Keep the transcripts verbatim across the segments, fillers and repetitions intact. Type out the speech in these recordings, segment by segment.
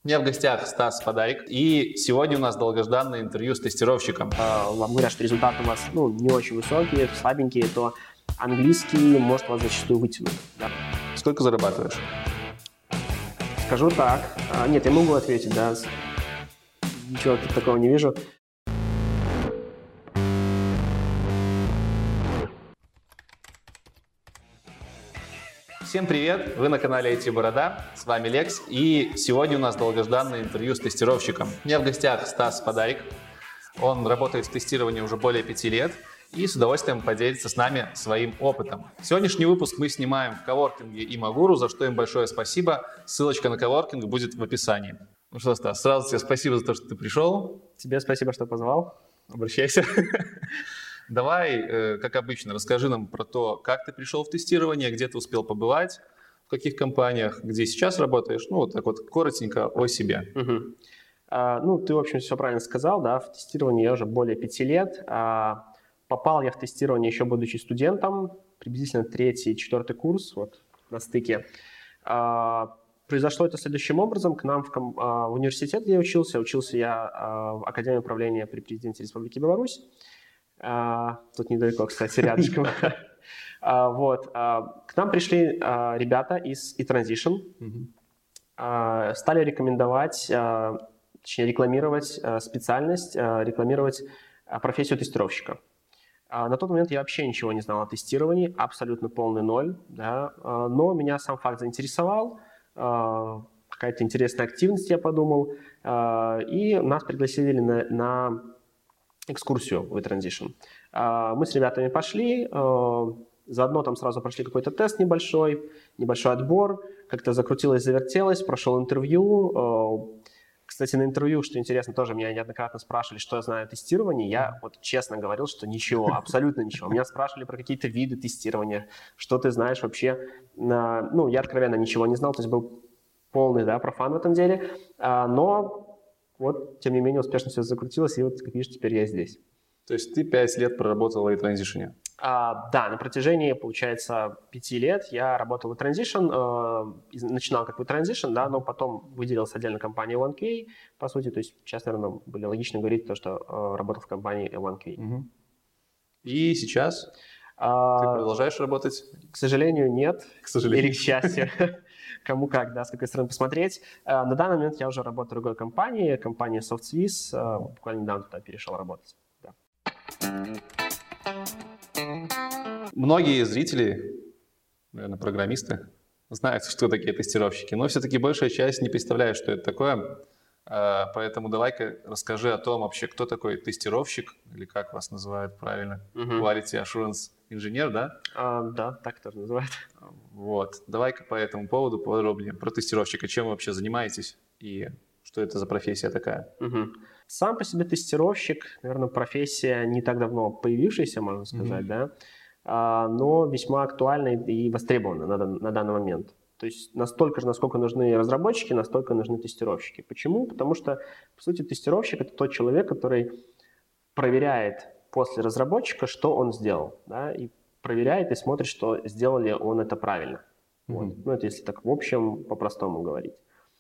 У меня в гостях Стас Подарик, и сегодня у нас долгожданное интервью с тестировщиком. Вам говорят, что результаты у вас ну, не очень высокие, слабенькие, то английский может вас зачастую вытянуть. Да. Сколько зарабатываешь? Скажу так. А, нет, я могу ответить, да. Ничего тут такого не вижу. Всем привет! Вы на канале ай ти Борода, с вами Лекс, и сегодня у нас долгожданное интервью с тестировщиком. У меня в гостях Стас Подарик, он работает в тестировании уже более пяти лет и с удовольствием поделится с нами своим опытом. Сегодняшний выпуск мы снимаем в коворкинге Имагуру, за что им большое спасибо. Ссылочка на коворкинг будет в описании. Ну что, Стас, сразу тебе спасибо за то, что ты пришел. Тебе спасибо, что позвал. Обращайся. Давай, как обычно, расскажи нам про то, как ты пришел в тестирование, где ты успел побывать, в каких компаниях, где сейчас работаешь. Ну, вот так вот коротенько о себе. Угу. А, ну, ты, в общем, все правильно сказал, да, в тестировании я уже более пяти лет. А, попал я в тестирование еще будучи студентом, приблизительно третий, четвертый курс, вот, на стыке. А, произошло это следующим образом. К нам в, ком, а, в университет, где я учился, учился я а, в Академии управления при президенте Республики Беларусь. Uh, тут недалеко, кстати, рядышком. uh, вот, uh, к нам пришли uh, ребята из eTransition, uh-huh. uh, стали рекомендовать, uh, точнее рекламировать uh, специальность, uh, рекламировать uh, профессию тестировщика. Uh, на тот момент я вообще ничего не знал о тестировании, абсолютно полный ноль, да, uh, но меня сам факт заинтересовал, uh, какая-то интересная активность, я подумал, uh, и нас пригласили на, на экскурсию в eTransition. Мы с ребятами пошли, заодно там сразу прошли какой-то тест небольшой, небольшой отбор, как-то закрутилось, завертелось, прошел интервью. Кстати, на интервью, что интересно, тоже меня неоднократно спрашивали, что я знаю о тестировании. Я вот честно говорил, что ничего, абсолютно ничего. Меня спрашивали про какие-то виды тестирования, что ты знаешь вообще. Ну, я откровенно ничего не знал, то есть был полный, да, профан в этом деле, но вот, тем не менее, успешно все закрутилось, и вот, как видишь, теперь я здесь. То есть ты пять лет проработал в eTransition? А, да, на протяжении, получается, пяти лет я работал в eTransition, э, начинал как в eTransition, да, но потом выделился отдельно компания уан кей, по сути, то есть сейчас, наверное, были логично говорить то, что э, работал в компании уан кей. Угу. И сейчас а, ты продолжаешь работать? К сожалению, нет. К сожалению. Или к счастью. Кому как, да, с какой стороны посмотреть. На данный момент я уже работаю в другой компании, компания SoftSwiss, буквально недавно туда перешел работать. Да. Многие зрители, наверное, программисты, знают, что такие тестировщики, но все-таки большая часть не представляет, что это такое. Поэтому давай-ка расскажи о том вообще, кто такой тестировщик, или как вас называют правильно, uh-huh. Quality Assurance инженер, да? Uh, да, так тоже называют. Вот, давай-ка по этому поводу подробнее про тестировщика, чем вы вообще занимаетесь и что это за профессия такая? Uh-huh. Сам по себе тестировщик, наверное, профессия не так давно появившаяся, можно сказать, uh-huh. да, uh, но весьма актуальна и востребована на, на данный момент. То есть настолько же, насколько нужны разработчики, настолько нужны тестировщики. Почему? Потому что, по сути, тестировщик – это тот человек, который проверяет после разработчика, что он сделал, да, и проверяет и смотрит, что сделал ли он это правильно. Mm-hmm. Вот. Ну, это если так в общем, по-простому говорить.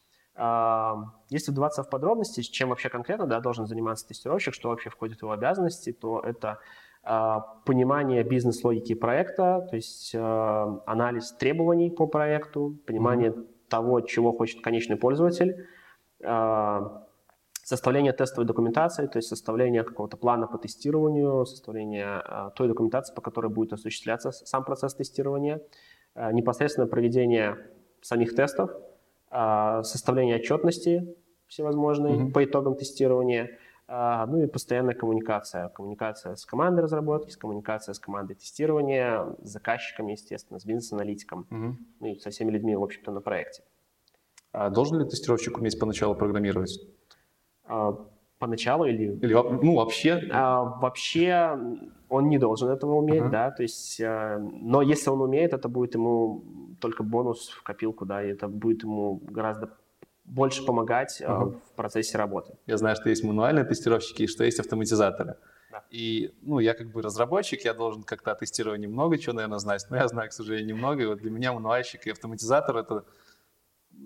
А, если вдаваться в подробности, чем вообще конкретно, да, должен заниматься тестировщик, что вообще входит в его обязанности, то это понимание бизнес-логики проекта, то есть э, анализ требований по проекту, понимание mm-hmm. того, чего хочет конечный пользователь, э, составление тестовой документации, то есть составление какого-то плана по тестированию, составление э, той документации, по которой будет осуществляться сам процесс тестирования, э, непосредственно проведение самих тестов, э, составление отчетности всевозможной mm-hmm. по итогам тестирования, ну и постоянная коммуникация. Коммуникация с командой разработки, коммуникация с командой тестирования, с заказчиками, естественно, с бизнес-аналитиком, угу. ну и со всеми людьми, в общем-то, на проекте. А должен ли тестировщик уметь поначалу программировать? А, поначалу или... Или ну, вообще? А, вообще он не должен этого уметь, uh-huh. да, то есть, а, но если он умеет, это будет ему только бонус в копилку, да, и это будет ему гораздо больше помогать uh-huh. в процессе работы. Я знаю, что есть мануальные тестировщики и что есть автоматизаторы. Да. И, ну, я как бы разработчик, я должен как-то о тестировании много чего, наверное, знать, но я знаю, к сожалению, немного. И вот для меня мануальщик и автоматизатор — это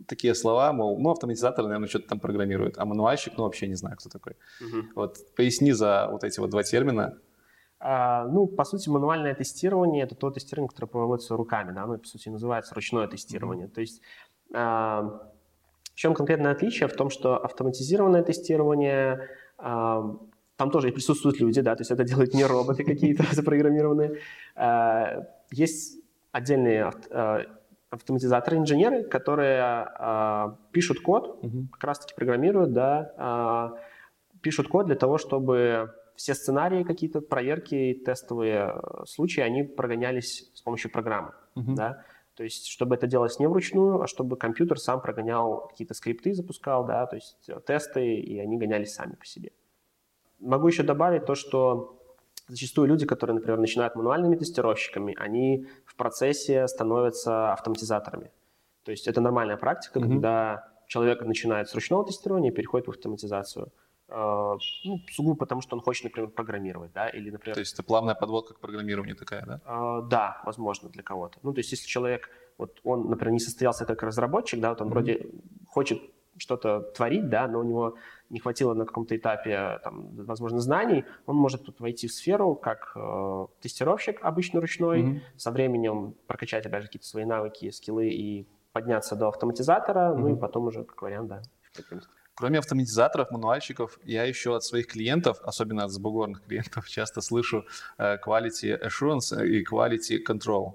такие слова, мол, ну, автоматизатор, наверное, что-то там программирует, а мануальщик, ну, вообще не знаю, кто такой. Угу. Вот поясни за вот эти вот два термина. А, ну, по сути, мануальное тестирование — это то тестирование, которое проводится руками, да, ну, по сути, называется ручное тестирование. Mm-hmm. То есть а, в чем конкретное отличие? В том, что автоматизированное тестирование, а, там тоже и присутствуют люди, да, то есть это делают не роботы какие-то запрограммированные. А, есть отдельные авто, автоматизаторы, инженеры, которые а, пишут код, mm-hmm. как раз-таки программируют, да, а, пишут код для того, чтобы все сценарии какие-то, проверки, тестовые случаи, они прогонялись с помощью программы. Uh-huh. Да? То есть, чтобы это делалось не вручную, а чтобы компьютер сам прогонял какие-то скрипты, запускал, да, то есть тесты, и они гонялись сами по себе. Могу еще добавить то, что зачастую люди, которые, например, начинают мануальными тестировщиками, они в процессе становятся автоматизаторами. То есть это нормальная практика, uh-huh. когда человек начинает с ручного тестирования и переходит в автоматизацию. Ну, сугубо потому, что он хочет, например, программировать, да, или, например... То есть это плавная подводка к программированию такая, да? Uh, да, возможно, для кого-то. Ну, то есть если человек, вот он, например, не состоялся как разработчик, да, вот он mm-hmm. вроде хочет что-то творить, да, но у него не хватило на каком-то этапе, там, возможно, знаний, он может тут войти в сферу как э, тестировщик обычно ручной, mm-hmm. со временем прокачать, опять же, какие-то свои навыки, скиллы и подняться до автоматизатора, mm-hmm. ну и потом уже, как вариант, да. Кроме автоматизаторов, мануальщиков, я еще от своих клиентов, особенно от забугорных клиентов, часто слышу uh, quality assurance и quality control.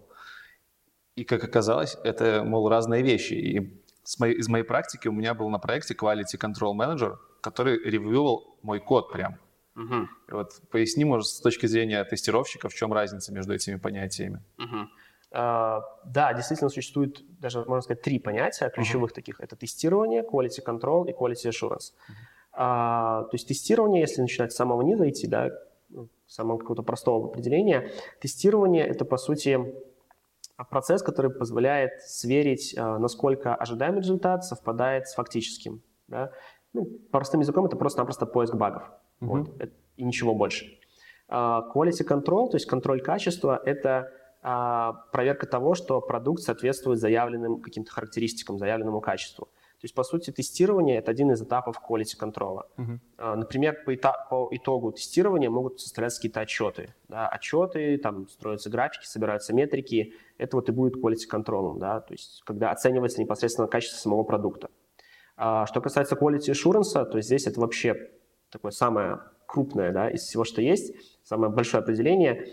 И, как оказалось, это, мол, разные вещи. И с моей, из моей практики у меня был на проекте quality control manager, который ревьювал мой код прям. Uh-huh. И вот поясни, может, с точки зрения тестировщика, в чем разница между этими понятиями? Uh-huh. Uh, да, действительно существует даже, можно сказать, три понятия ключевых uh-huh. таких. Это тестирование, quality control и quality assurance. Uh-huh. Uh, то есть тестирование, если начинать с самого низа идти, да, самого какого-то простого определения, тестирование — это, по сути, процесс, который позволяет сверить, uh, насколько ожидаемый результат совпадает с фактическим. Да? Ну, простым языком это просто-напросто поиск багов. Uh-huh. Вот, это, и ничего больше. Uh, quality control, то есть контроль качества, это проверка того, что продукт соответствует заявленным каким-то характеристикам, заявленному качеству. То есть, по сути, тестирование — это один из этапов quality control. Uh-huh. Например, по, ита- по итогу тестирования могут составляться какие-то отчеты. Да? Отчеты, там строятся графики, собираются метрики. Это вот и будет quality control, да? То есть, когда оценивается непосредственно качество самого продукта. А что касается quality assurance, то здесь это вообще такое самое крупное, да, из всего, что есть, самое большое определение.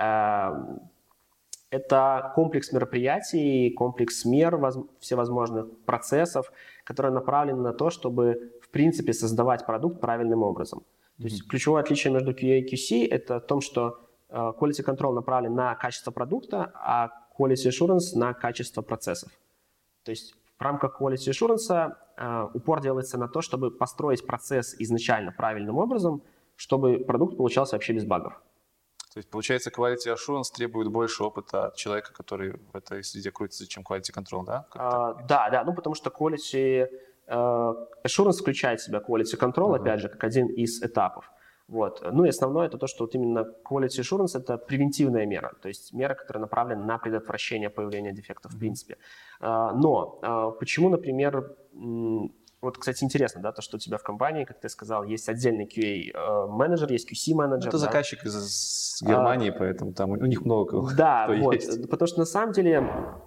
Это комплекс мероприятий, комплекс мер всевозможных процессов, которые направлены на то, чтобы, в принципе, создавать продукт правильным образом. Mm-hmm. То есть ключевое отличие между кью эй и кью си — это в том, что quality control направлен на качество продукта, а quality assurance на качество процессов. То есть в рамках quality assurance uh, упор делается на то, чтобы построить процесс изначально правильным образом, чтобы продукт получался вообще без багов. То есть, получается, quality assurance требует больше опыта от человека, который в этой среде крутится, чем quality control, да? А, да, да, ну потому что quality uh, assurance включает в себя quality control, uh-huh. опять же, как один из этапов. Вот. Ну и основное это то, что вот именно quality assurance — это превентивная мера, то есть мера, которая направлена на предотвращение появления дефектов в принципе. Uh, но uh, почему, например, м- вот, кстати, интересно, да, то, что у тебя в компании, как ты сказал, есть отдельный кью эй-менеджер, есть кью си-менеджер. Это да? заказчик из Германии, а, поэтому там у них много кого. Да, вот, есть. Потому что на самом деле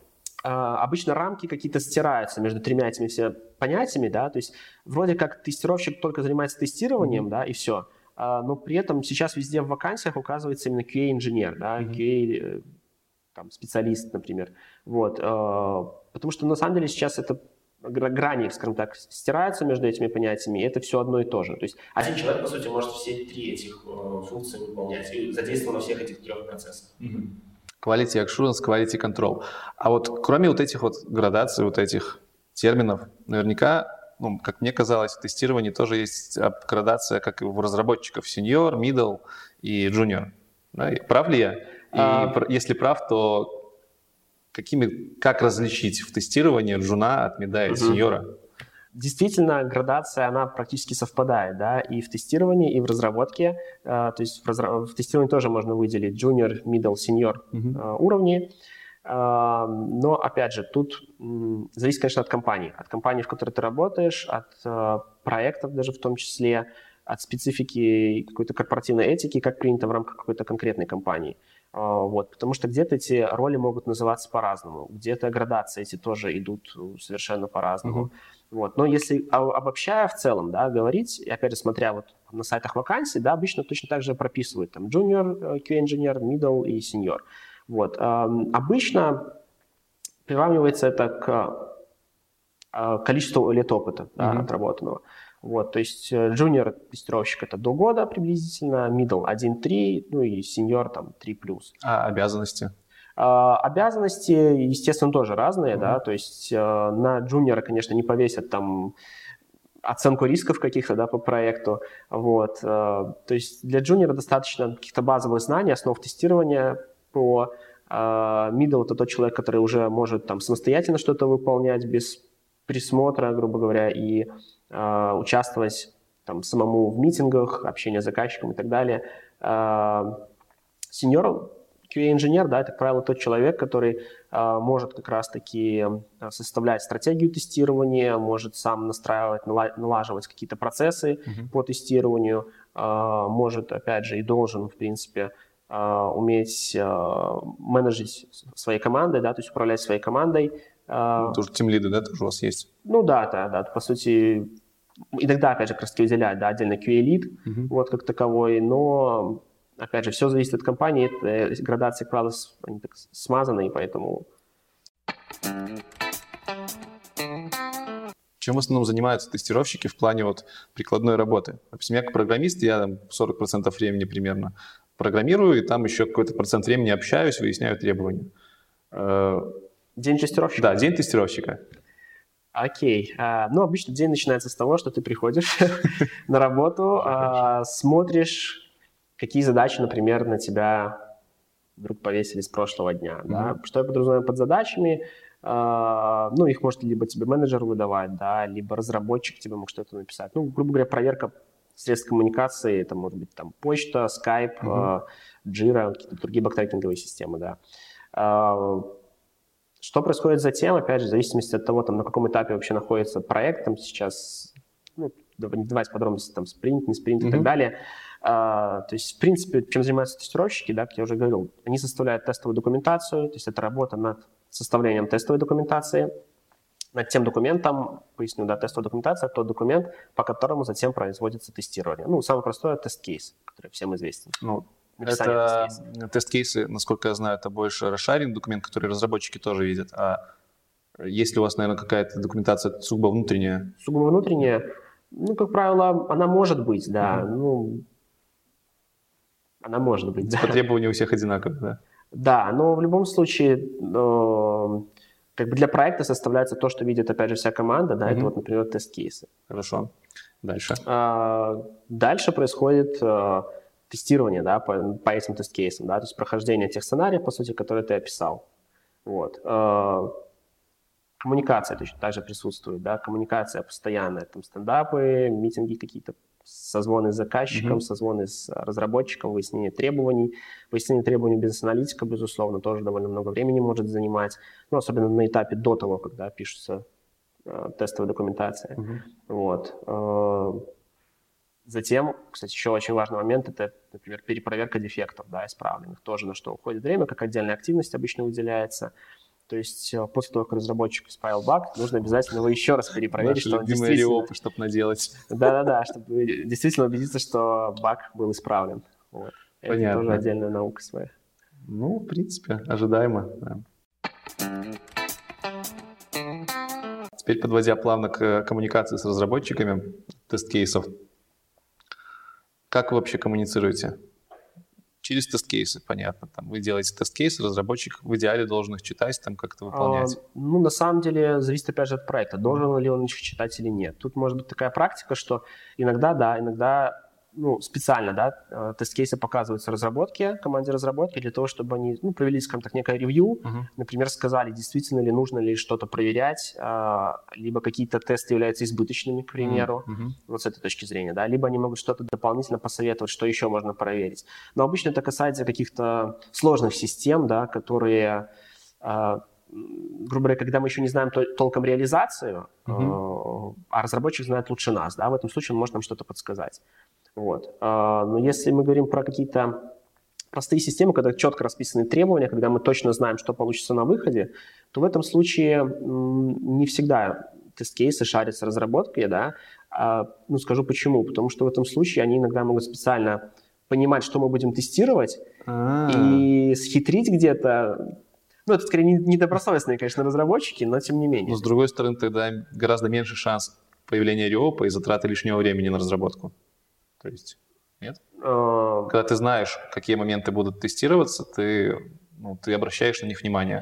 обычно рамки какие-то стираются между тремя этими все понятиями, да, то есть вроде как тестировщик только занимается тестированием, mm-hmm. да, и все, но при этом сейчас везде в вакансиях указывается именно кью эй-инженер, да, mm-hmm. кью эй там, специалист, например, вот, потому что на самом деле сейчас это грани, скажем так, стираются между этими понятиями, и это все одно и то же. То есть один человек, по сути, может все три этих э, функции выполнять и задействован во всех этих трех процессах. Mm-hmm. Quality assurance, quality control. А вот кроме вот этих вот градаций, вот этих терминов, наверняка, ну, как мне казалось, в тестировании тоже есть градация, как и у разработчиков, senior, middle и junior. Да? Прав ли я? И а... если прав, то Какими, как различить в тестировании джуна от мида и сеньора? Действительно, градация, она практически совпадает, да, и в тестировании, и в разработке. То есть в, разра... в тестировании тоже можно выделить junior, middle, senior uh-huh. уровни. Но, опять же, тут зависит, конечно, от компании. От компании, в которой ты работаешь, от проектов даже в том числе, от специфики какой-то корпоративной этики, как принято в рамках какой-то конкретной компании. Вот, потому что где-то эти роли могут называться по-разному, где-то градации эти тоже идут совершенно по-разному. Uh-huh. Вот. Но если обобщая в целом, да, говорить, и опять же, смотря вот на сайтах вакансий, да, обычно точно так же прописывают там junior кью эй-инженер, middle и senior. Вот. Обычно приравнивается это к количеству лет опыта, да, uh-huh. отработанного. Вот, то есть junior тестировщик это до года приблизительно, middle один-три, ну и senior там три плюс. А обязанности? А, обязанности, естественно, тоже разные, mm-hmm. да, то есть на junior, конечно, не повесят там оценку рисков каких-то, да, по проекту, вот, то есть для junior достаточно каких-то базовых знаний, основ тестирования по middle, это тот человек, который уже может там самостоятельно что-то выполнять без присмотра, грубо говоря, и Uh, участвовать там, самому в митингах, общение с заказчиком и так далее. Сеньор uh, кью эй-инженер, да, это, как правило, тот человек, который uh, может как раз-таки составлять стратегию тестирования, может сам настраивать, налаживать какие-то процессы uh-huh. по тестированию, uh, может, опять же, и должен, в принципе, uh, уметь uh, менеджить своей командой, да, то есть управлять своей командой. Ну, тоже тимлиды, да, тоже у вас есть? Ну да, да, да, по сути, иногда, опять же, как раз таки выделяют, да, отдельно кью эй-лид, uh-huh. вот как таковой, но, опять же, все зависит от компании, это, градации, как правило, они так смазаны, и поэтому... Чем в основном занимаются тестировщики в плане вот прикладной работы? Допустим, я как программист, я там сорок процентов времени примерно программирую, и там еще какой-то процент времени общаюсь, выясняю требования. День тестировщика? Да, день тестировщика. Окей. А, ну, обычно день начинается с того, что ты приходишь на работу, смотришь, какие задачи, например, на тебя вдруг повесили с прошлого дня. Что я подразумеваю под задачами? Ну, их может либо тебе менеджер выдавать, да, либо разработчик тебе может что-то написать. Ну, грубо говоря, проверка средств коммуникации, это может быть там почта, Skype, Jira, какие-то другие бактрекинговые системы, да. Что происходит затем, опять же, в зависимости от того, там, на каком этапе вообще находится проект, там сейчас, ну, не давайте подробности, там, спринт, не спринт mm-hmm. и так далее. А, то есть, в принципе, чем занимаются тестировщики, да, как я уже говорил, они составляют тестовую документацию, то есть это работа над составлением тестовой документации, над тем документом, поясню, да, тестовая документация, тот документ, по которому затем производится тестирование. Ну, самый простой тест-кейс, который всем известен. Ну, это тест-кейсы, насколько я знаю, это больше расшаренный документ, который разработчики тоже видят. А есть ли у вас, наверное, какая-то документация сугубо внутренняя? Сугубо внутренняя? Ну, как правило, она может быть, да. Mm-hmm. Ну, она может быть, да. Требования у всех одинаковые, да? Да, но в любом случае, э, как бы для проекта составляется то, что видит, опять же, вся команда, да, mm-hmm. это вот, например, тест-кейсы. Хорошо. Дальше? А, дальше происходит... тестирование, да, по, по этим тест-кейсам, да, то есть прохождение тех сценариев, по сути, которые ты описал. Вот. Коммуникация точно так же присутствует, да, коммуникация постоянная, там стендапы, митинги какие-то, созвоны с заказчиком, mm-hmm. созвоны с разработчиком, выяснение требований. Выяснение требований бизнес-аналитика, безусловно, тоже довольно много времени может занимать, ну, особенно на этапе до того, когда пишется э, тестовая документация. Mm-hmm. Вот. Э, Затем, кстати, еще очень важный момент – это, например, перепроверка дефектов, да, исправленных. Тоже на что уходит время, как отдельная активность обычно выделяется. То есть после того, как разработчик исправил баг, нужно обязательно его еще раз перепроверить, Наши что он действительно… реопы, чтобы наделать. Да-да-да, чтобы действительно убедиться, что баг был исправлен. Вот. Это тоже отдельная наука своя. Ну, в принципе, ожидаемо. Да. Теперь, подводя плавно к коммуникации с разработчиками тест-кейсов, как вы вообще коммуницируете? Через тест-кейсы, понятно. Там вы делаете тест-кейсы, разработчик в идеале должен их читать, там как-то выполнять. А, ну, на самом деле, зависит опять же от проекта, должен ли он их читать или нет. Тут может быть такая практика, что иногда, да, иногда, ну, специально, да, тест-кейсы показываются разработке, команде разработки, для того, чтобы они, ну, провели, скажем так, некое ревью, uh-huh. например, сказали, действительно ли нужно ли что-то проверять, либо какие-то тесты являются избыточными, к примеру, uh-huh. вот с этой точки зрения, да, либо они могут что-то дополнительно посоветовать, что еще можно проверить. Но обычно это касается каких-то сложных систем, да, которые грубо говоря, когда мы еще не знаем толком реализацию, uh-huh. а разработчик знает лучше нас, да, в этом случае он может нам что-то подсказать. Вот. Но если мы говорим про какие-то простые системы, когда четко расписаны требования, когда мы точно знаем, что получится на выходе, то в этом случае не всегда тест-кейсы шарятся разработкой, да. Ну, скажу почему. Потому что в этом случае они иногда могут специально понимать, что мы будем тестировать, А-а-а. и схитрить где-то. Ну, это скорее недобросовестные, конечно, разработчики, но тем не менее. Но с другой стороны, тогда гораздо меньше шанс появления реопа и затраты лишнего времени на разработку. То есть, нет? А... Когда ты знаешь, какие моменты будут тестироваться, ты, ну, ты обращаешь на них внимание.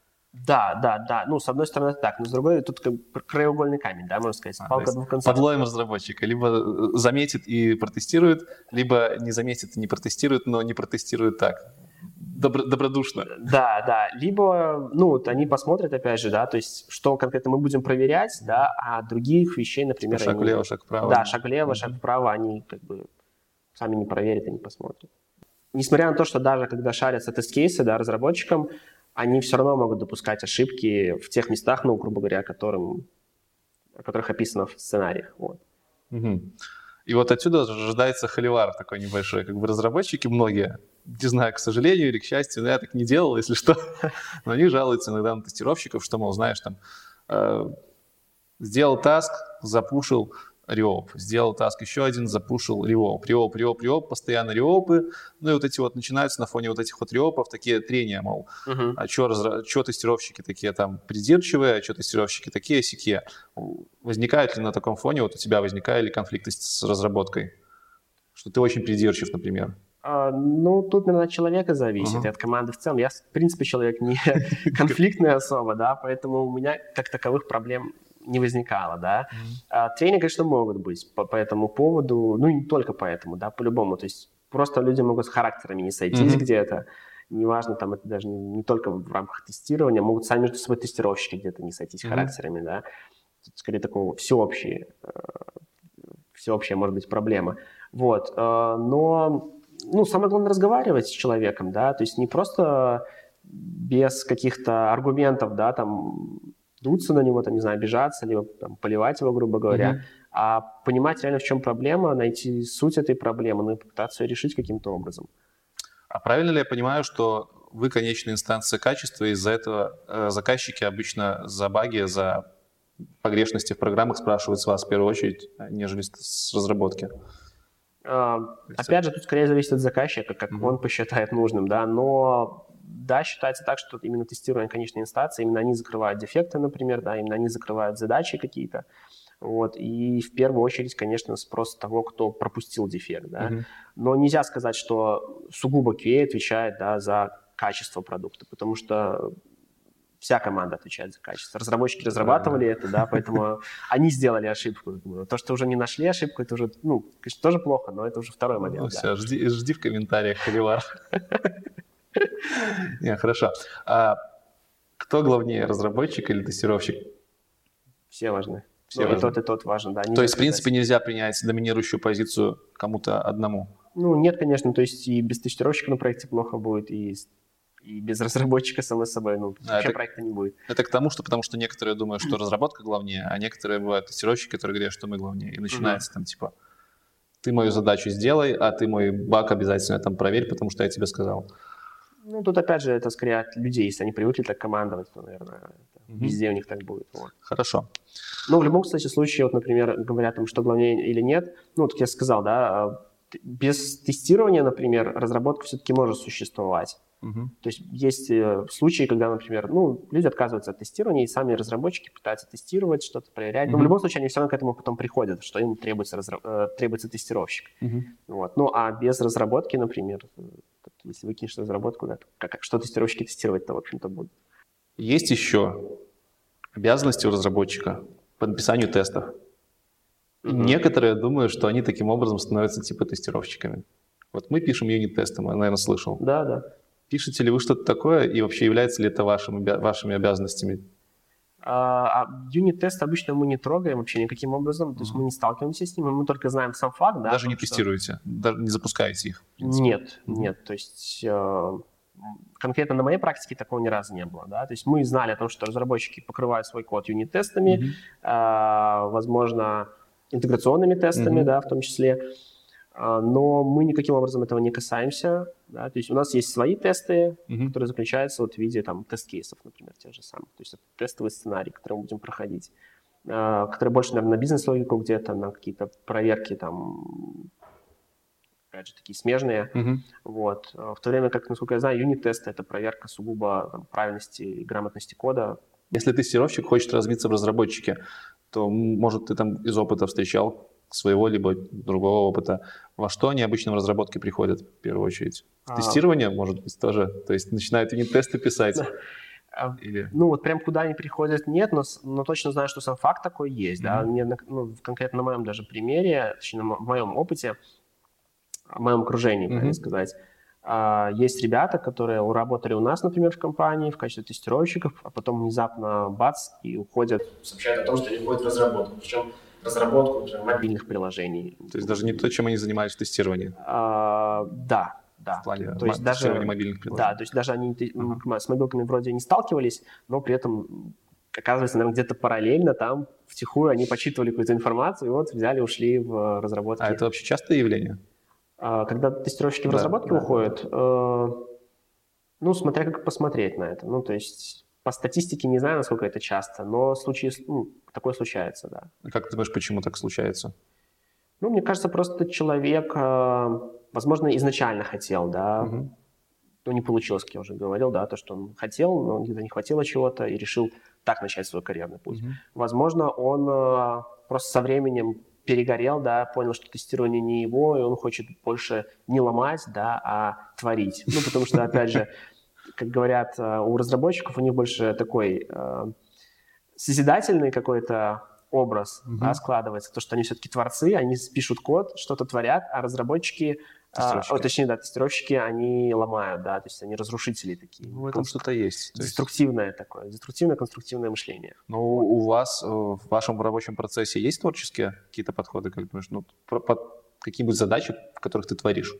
Да, да, да. Ну, с одной стороны, так, но с другой, тут как краеугольный камень, да, можно сказать. А, Палка двух концов. Подловим разработчика. Либо заметит и протестирует, либо не заметит и не протестирует, но не протестирует так. Добро, добродушно. Да, да. Либо, ну, вот они посмотрят, опять же, да, то есть, что конкретно мы будем проверять, да, а других вещей, например... Шаг они, влево, шаг вправо. Да, шаг влево, mm-hmm. шаг вправо, они как бы сами не проверят и не посмотрят. Несмотря на то, что даже когда шарятся тест-кейсы, да, разработчикам, они все равно могут допускать ошибки в тех местах, ну, грубо говоря, которым, о которых описано в сценариях. Вот. Mm-hmm. И вот отсюда рождается холивар такой небольшой. Как бы разработчики многие, не знаю, к сожалению или к счастью, но я так не делал, если что, но они жалуются иногда на тестировщиков, что, мол, знаешь, там, э, сделал таск, запушил реоп, сделал таск еще один, запушил реоп, реоп, реоп, реоп, постоянно реопы, ну и вот эти вот начинаются на фоне вот этих вот реопов такие трения, мол, uh-huh. а что разра... тестировщики такие там придирчивые, а что тестировщики такие сякие. Возникают ли на таком фоне, вот у тебя возникали ли конфликты с разработкой? Что ты очень придирчив, например? А, ну, тут, наверное, от человека зависит, uh-huh. и от команды в целом. Я, в принципе, человек не конфликтный особо, да, поэтому у меня как таковых проблем не возникало, да. Mm-hmm. А, трения, конечно, могут быть по, по этому поводу, ну, не только по этому, да, по-любому. То есть просто люди могут с характерами не сойтись mm-hmm. где-то. Неважно, там, это даже не, не только в рамках тестирования, могут сами между собой тестировщики где-то не сойтись mm-hmm. характерами, да. Тут, скорее, такого всеобщее, всеобщая, может быть, проблема. Вот. Но, ну, самое главное разговаривать с человеком, да, то есть не просто без каких-то аргументов, да, там, дуться на него, там, не знаю, обижаться, либо там, поливать его, грубо говоря, mm-hmm. а понимать реально, в чем проблема, найти суть этой проблемы, ну и попытаться ее решить каким-то образом. А правильно ли я понимаю, что вы конечная инстанция качества, и из-за этого э, заказчики обычно за баги, за погрешности в программах спрашивают с вас в первую очередь, нежели с разработки? А, опять же, тут скорее зависит от заказчика, как mm-hmm. он посчитает нужным, да, но... Да, считается так, что именно тестирование конечной инстанции, именно они закрывают дефекты, например, да, именно они закрывают задачи какие-то. Вот, и в первую очередь, конечно, спрос того, кто пропустил дефект, да. Mm-hmm. Но нельзя сказать, что сугубо кью эй отвечает, да, за качество продукта, потому что вся команда отвечает за качество. Разработчики разрабатывали mm-hmm. это, да, поэтому они сделали ошибку. То, что уже не нашли ошибку, это уже, ну, конечно, тоже плохо, но это уже второй момент. Ну да. все, жди, жди в комментариях, холивар. Не, хорошо. А кто главнее, разработчик или тестировщик? Все важны. Все ну, и тот, и тот важен, да. То есть, в принципе, нельзя принять доминирующую позицию кому-то одному? Ну, нет, конечно. То есть и без тестировщика на проекте плохо будет, и, и без разработчика, само собой, ну, а вообще это, проекта не будет. Это к тому, что потому что некоторые думают, что разработка главнее, а некоторые бывают тестировщики, которые говорят, что мы главнее. И начинается mm-hmm. там типа, ты мою задачу сделай, а ты мой баг обязательно там проверь, потому что я тебе сказал. Ну, тут, опять же, это скорее от людей. Если они привыкли так командовать, то, наверное, mm-hmm. везде у них так будет. Вот. Хорошо. Ну, в любом, кстати, случае, вот, например, говорят им, что главнее или нет, ну, как я сказал, да, без тестирования, например, разработка все-таки может существовать. Mm-hmm. То есть есть случаи, когда, например, ну, люди отказываются от тестирования, и сами разработчики пытаются тестировать, что-то проверять. Mm-hmm. Но в любом случае они все равно к этому потом приходят, что им требуется, разра... требуется тестировщик. Mm-hmm. Вот. Ну, а без разработки, например, если выкинешь разработку, да, то как, что тестировщики тестировать-то, в общем-то, будут. Есть еще обязанности у разработчика по написанию тестов. Mm-hmm. Некоторые думают, что они таким образом становятся типа тестировщиками. Вот мы пишем юнит-тесты, я, наверное, слышал. Да, да. Пишете ли вы что-то такое, и вообще является ли это вашим, вашими обязанностями? А, а юнит-тест обычно мы не трогаем вообще никаким образом, то есть mm-hmm. мы не сталкиваемся с ним, мы только знаем сам факт. Да, даже не тестируете, что... даже не запускаете их? Нет, mm-hmm. нет, то есть э, конкретно на моей практике такого ни разу не было, да, то есть мы знали о том, что разработчики покрывают свой код юнит-тестами, mm-hmm. э, возможно, интеграционными тестами, mm-hmm. да, в том числе, э, но мы никаким образом этого не касаемся, да, то есть у нас есть свои тесты, mm-hmm. которые заключаются вот в виде там тест-кейсов, например, тех же самых, то есть это тестовый сценарий, который мы будем проходить, э, который больше, наверное, на бизнес-логику где-то, на какие-то проверки там, опять же, такие смежные. Uh-huh. Вот. В то время как, насколько я знаю, юнит-тесты — это проверка сугубо там, правильности и грамотности кода. Если тестировщик хочет развиться в разработчике, то, может, ты там из опыта встречал своего либо другого опыта. Во что они обычно в разработке приходят в первую очередь? В тестирование, а... может быть, тоже? То есть начинают юнит-тесты писать? Или... Ну, вот прям куда они приходят, нет, но, но точно знаю, что сам факт такой есть. Uh-huh. Да? Мне, ну, конкретно на моем даже примере, точнее, на моем опыте, в моем окружении, mm-hmm. правильно сказать. А, есть ребята, которые работали у нас, например, в компании в качестве тестировщиков, а потом внезапно бац, и уходят, сообщают о том, что они уходят в разработку. Причем разработку уже мобильных приложений. То есть даже не то, чем они занимались в тестировании? А, да, да. В плане то есть даже, мобильных приложений? Да, то есть даже они uh-huh. с мобилками вроде не сталкивались, но при этом, оказывается, наверное, где-то параллельно там втихую они почитывали какую-то информацию, и вот взяли, ушли в разработку. А это вообще частое явление? Когда тестировщики в да, разработке да, уходят, да. э, ну, смотря как посмотреть на это. Ну, то есть по статистике не знаю, насколько это часто, но случаи, ну, такое случается, да. А как ты думаешь, почему так случается? Ну, мне кажется, просто человек, э, возможно, изначально хотел, да, угу. ну, не получилось, как я уже говорил, да, то, что он хотел, но где-то не хватило чего-то и решил так начать свой карьерный путь. Угу. Возможно, он э, просто со временем перегорел, да, понял, что тестирование не его, и он хочет больше не ломать, да, а творить. Ну, потому что, опять же, как говорят, у разработчиков у них больше такой э, созидательный какой-то образ mm-hmm. да, складывается, то, что они все-таки творцы, они пишут код, что-то творят, а разработчики, а, о, точнее, да, тестировщики, они ломают, да, то есть они разрушители такие. Ну, в этом что-то есть. Деструктивное есть... такое, деструктивно-конструктивное мышление. Но у вас в вашем рабочем процессе есть творческие какие-то подходы, как думаешь, ну, под какие-нибудь задачи, в которых ты творишь?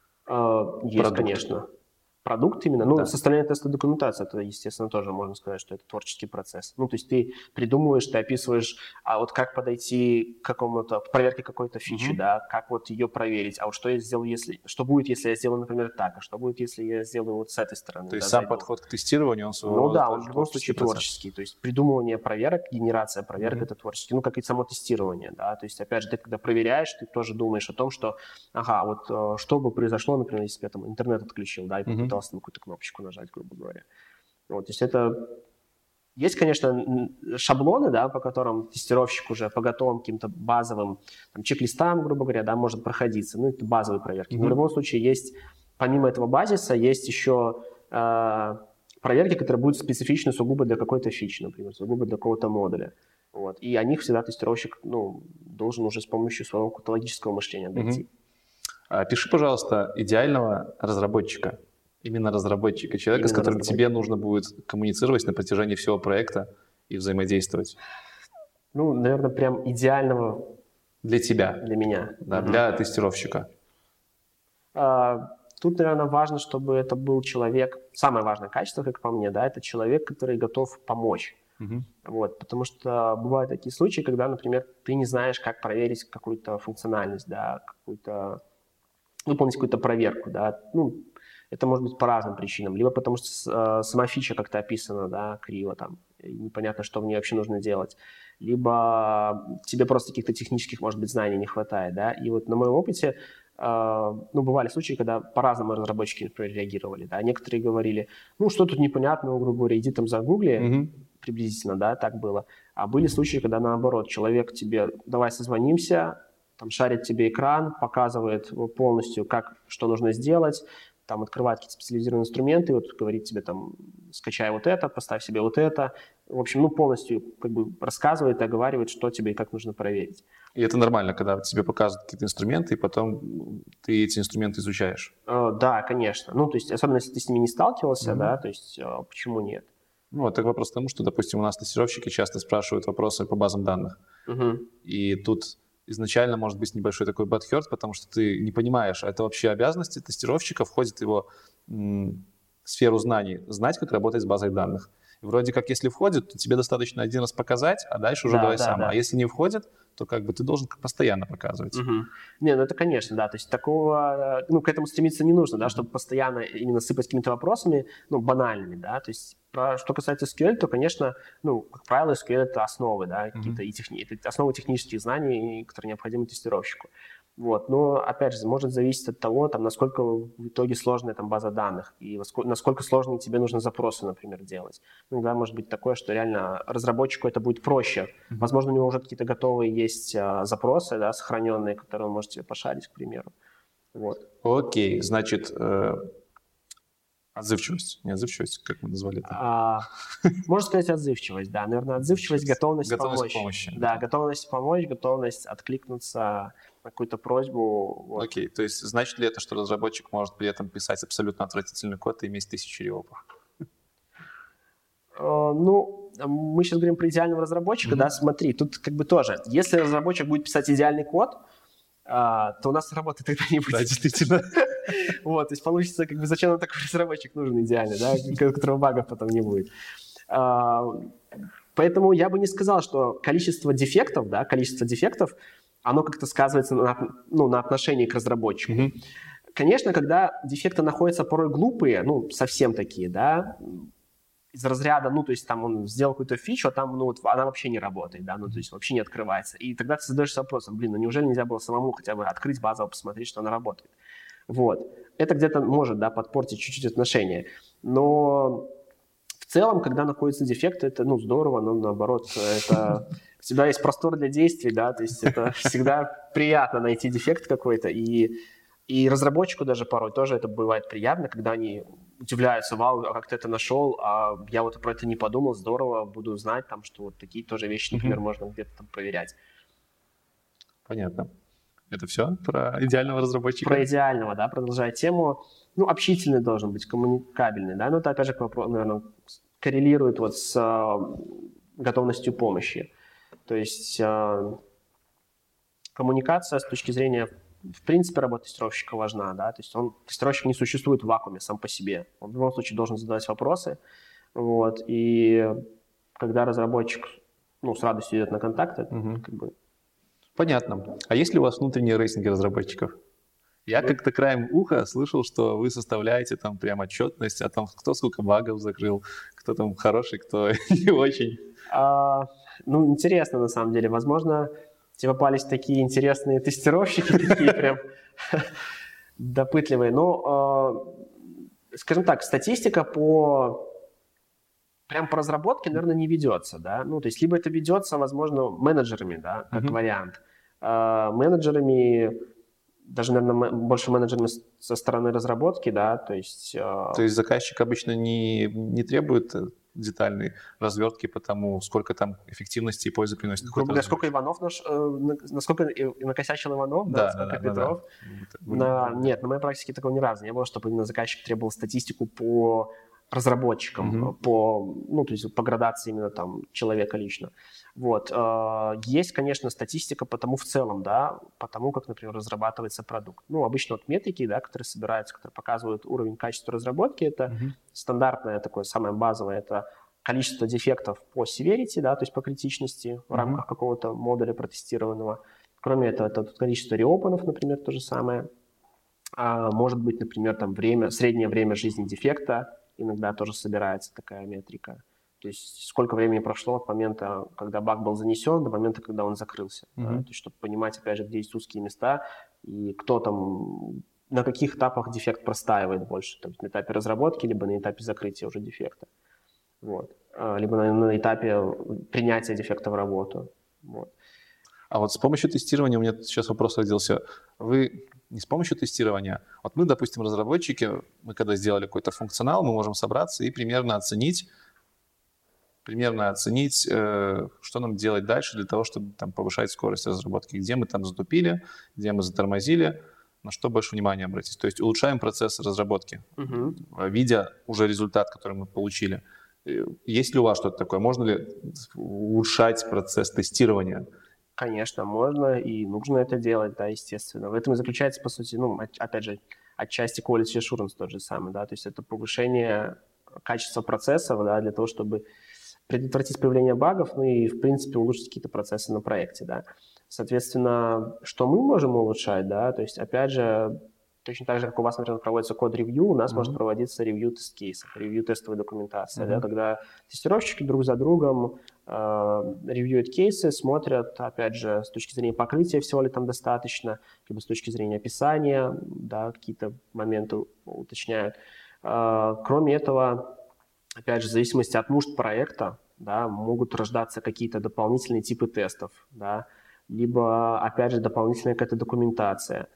А, есть, Продукт. Конечно. Продукт именно. Ну, да. Составление тестовой документации, это, естественно, тоже можно сказать, что это творческий процесс. Ну, то есть ты придумываешь, ты описываешь, а вот как подойти к какому-то, к проверке какой-то фичи, mm-hmm. да, как вот ее проверить, а вот что я сделаю, если, что будет, если я сделаю, например, так, а что будет, если я сделаю вот с этой стороны. То есть да, сам зайду. подход к тестированию, он своего Ну да, он в любом случае процесс. Творческий. То есть придумывание проверок, генерация проверок mm-hmm. это творческий. Ну, как и само тестирование, да. То есть, опять же, ты когда проверяешь, ты тоже думаешь о том, что, ага, вот что бы произошло, например, если бы я там интернет отключил, да, и попытался mm-hmm. на какую-то кнопочку нажать, грубо говоря. Вот, то есть это... Есть, конечно, шаблоны, да, по которым тестировщик уже по готовым каким-то базовым там, чек-листам, грубо говоря, да, может проходиться. Ну, это базовые проверки. Mm-hmm. Но в любом случае есть, помимо этого базиса, есть еще э, проверки, которые будут специфичны сугубо для какой-то фичи, например, сугубо для какого-то модуля. Вот. И о них всегда тестировщик ну, должен уже с помощью своего логического мышления дойти. Mm-hmm. А, пиши, пожалуйста, идеального разработчика. Именно разработчика, человека, Именно с которым тебе нужно будет коммуницировать на протяжении всего проекта и взаимодействовать. Ну, наверное, прям идеального... Для тебя. Для меня. Да, угу. Для тестировщика. А, тут, наверное, важно, чтобы это был человек... Самое важное качество, как по мне, да, это человек, который готов помочь. Угу. Вот, потому что бывают такие случаи, когда, например, ты не знаешь, как проверить какую-то функциональность, да, какую-то... выполнить какую-то проверку, да, ну... Это может быть по разным причинам. Либо потому что э, сама фича как-то описана, да, криво там, и непонятно, что в ней вообще нужно делать. Либо тебе просто каких-то технических, может быть, знаний не хватает, да. И вот на моем опыте, э, ну, бывали случаи, когда по-разному разработчики, например, реагировали, да. Некоторые говорили, ну, что тут непонятного, грубо говоря, иди там загугли, mm-hmm. приблизительно, да, так было. А были случаи, когда наоборот, человек тебе, давай созвонимся, там шарит тебе экран, показывает полностью, как, что нужно сделать, там открывает какие-то специализированные инструменты, вот говорит тебе там, скачай вот это, поставь себе вот это. В общем, ну, полностью как бы рассказывает, оговаривает, что тебе и как нужно проверить. И это нормально, когда тебе показывают какие-то инструменты, и потом ты эти инструменты изучаешь? Э, да, конечно. Ну, то есть, особенно если ты с ними не сталкивался, mm-hmm. да, то есть, э, почему нет? Ну, вот так вопрос к тому, что, допустим, у нас тестировщики часто спрашивают вопросы по базам данных. Mm-hmm. И тут... изначально может быть небольшой такой bad hurt, потому что ты не понимаешь, а это вообще обязанности тестировщика, входит его м, сферу знаний, знать, как работать с базой данных. И вроде как, если входит, то тебе достаточно один раз показать, а дальше уже Да, давай да, сам. да. А если не входит, то как бы ты должен постоянно показывать. Угу. Не, ну это конечно, да, то есть такого, ну, к этому стремиться не нужно, да, чтобы постоянно именно сыпать какими-то вопросами, ну, банальными, да, то есть про, что касается эс кью эль, то, конечно, ну, как правило, эс кью эль — это основы, да, какие-то и техни... это основы технических знаний, которые необходимы тестировщику. Вот, но, опять же, может зависеть от того, там, насколько в итоге сложная там база данных и насколько сложные тебе нужно запросы, например, делать. Ну, иногда может быть такое, что реально разработчику это будет проще. Mm-hmm. Возможно, у него уже какие-то готовые есть а, запросы, да, сохраненные, которые он может себе пошарить, к примеру. Вот. Окей, значит, э, отзывчивость, не отзывчивость, как мы назвали это? А, можно сказать отзывчивость, да. Наверное, отзывчивость, готовность, готовность помочь. помощи. Да, готовность помочь, готовность откликнуться на какую-то просьбу. Вот. Окей, то есть значит ли это, что разработчик может при этом писать абсолютно отвратительный код и иметь тысячи ревопов? Uh, ну, мы сейчас говорим про идеального разработчика, mm-hmm. да, смотри, тут как бы тоже, если разработчик будет писать идеальный код, uh, то у нас работы тогда не будет. Да, действительно. Вот, то есть получится, как бы, зачем нам такой разработчик нужен идеальный, да, у которого багов потом не будет. Uh, поэтому я бы не сказал, что количество дефектов, да, количество дефектов, оно как-то сказывается на, ну, на отношении к разработчику. Mm-hmm. Конечно, когда дефекты находятся порой глупые, ну, совсем такие, да, из разряда, ну, то есть там он сделал какую-то фичу, а там, ну, вот она вообще не работает, да, ну, то есть вообще не открывается. И тогда ты задаешься вопросом, блин, ну, неужели нельзя было самому хотя бы открыть базово, посмотреть, что она работает? Вот. Это где-то может, да, подпортить чуть-чуть отношения. Но в целом, когда находятся дефекты, это, ну, здорово, но наоборот, это всегда есть простор для действий, да, то есть это всегда приятно найти дефект какой-то, и И разработчику даже порой тоже это бывает приятно, когда они удивляются, вау, а как ты это нашел, а я вот про это не подумал, здорово, буду знать, там, что вот такие тоже вещи, например, mm-hmm. можно где-то там проверять. Понятно. Это все про идеального разработчика? Про идеального, да, продолжая тему. Ну, общительный должен быть, коммуникабельный, да, но это, опять же, наверное, коррелирует вот с э, готовностью помощи. То есть э, коммуникация с точки зрения... В принципе, работа тестировщика важна, да, то есть он, тестировщик не существует в вакууме сам по себе. Он в любом случае должен задавать вопросы, вот, и когда разработчик, ну, с радостью идет на контакт, это угу. как бы... Понятно. А есть ли у вас внутренние рейтинги разработчиков? Я ну, как-то краем уха слышал, что вы составляете там прям отчетность о том, кто сколько багов закрыл, кто там хороший, кто не очень. А, ну, интересно, на самом деле. Возможно... Тебе попались такие интересные тестировщики, такие прям допытливые. Ну, э, скажем так, статистика по прям по разработке, наверное, не ведется, да. Ну, то есть либо это ведется, возможно, менеджерами, да, как mm-hmm. вариант. Э, менеджерами, даже, наверное, больше менеджерами со стороны разработки, да, то есть... Э, то есть заказчик обычно не, не требует детальной развертки по тому, сколько там эффективности и пользы приносит. Грубо говоря, сколько Иванов, наш, э, насколько накосячил Иванов, да, да сколько да, Петров. Да, да. На, нет, на моей практике такого ни разу не было, чтобы именно заказчик требовал статистику по разработчикам, mm-hmm. по, ну, то есть по градации именно там человека лично. Вот. Есть, конечно, статистика по тому в целом, да, по тому, как, например, разрабатывается продукт. Ну, обычно вот метрики, да, которые собираются, которые показывают уровень качества разработки, это mm-hmm. стандартное такое, самое базовое, это количество дефектов по severity, да, то есть по критичности mm-hmm. в рамках какого-то модуля протестированного. Кроме этого, это количество реопенов, например, то же самое. А может быть, например, там время, среднее время жизни дефекта, иногда тоже собирается такая метрика. То есть сколько времени прошло от момента, когда баг был занесен, до момента, когда он закрылся. Mm-hmm. Да? То есть чтобы понимать, опять же, где есть узкие места и кто там, на каких этапах дефект простаивает больше. То есть на этапе разработки, либо на этапе закрытия уже дефекта. Вот. Либо на, на этапе принятия дефекта в работу. Вот. А вот с помощью тестирования, у меня сейчас вопрос родился. Вы не с помощью тестирования, вот мы, допустим, разработчики, мы когда сделали какой-то функционал, мы можем собраться и примерно оценить, примерно оценить, э, что нам делать дальше для того, чтобы там повышать скорость разработки, где мы там затупили, где мы затормозили, на что больше внимания обратить. То есть улучшаем процесс разработки, угу. видя уже результат, который мы получили. Есть ли у вас что-то такое? Можно ли улучшать процесс тестирования? Конечно, можно и нужно это делать, да, естественно. В этом и заключается, по сути, ну, опять же, отчасти quality assurance тот же самый, да, то есть это повышение качества процессов, да, для того, чтобы предотвратить появление багов, ну и, в принципе, улучшить какие-то процессы на проекте, да. Соответственно, что мы можем улучшать, да, то есть, опять же, точно так же, как у вас, например, проводится код-ревью, у нас mm-hmm. может проводиться ревью тест-кейсов, ревью тестовой документации, mm-hmm. да, когда тестировщики друг за другом э, ревьюют кейсы, смотрят, опять же, с точки зрения покрытия, всего ли там достаточно, либо с точки зрения описания, да, какие-то моменты уточняют. Э, кроме этого, опять же, в зависимости от нужд проекта, да, могут рождаться какие-то дополнительные типы тестов, да, либо, опять же, дополнительная какая-то документация.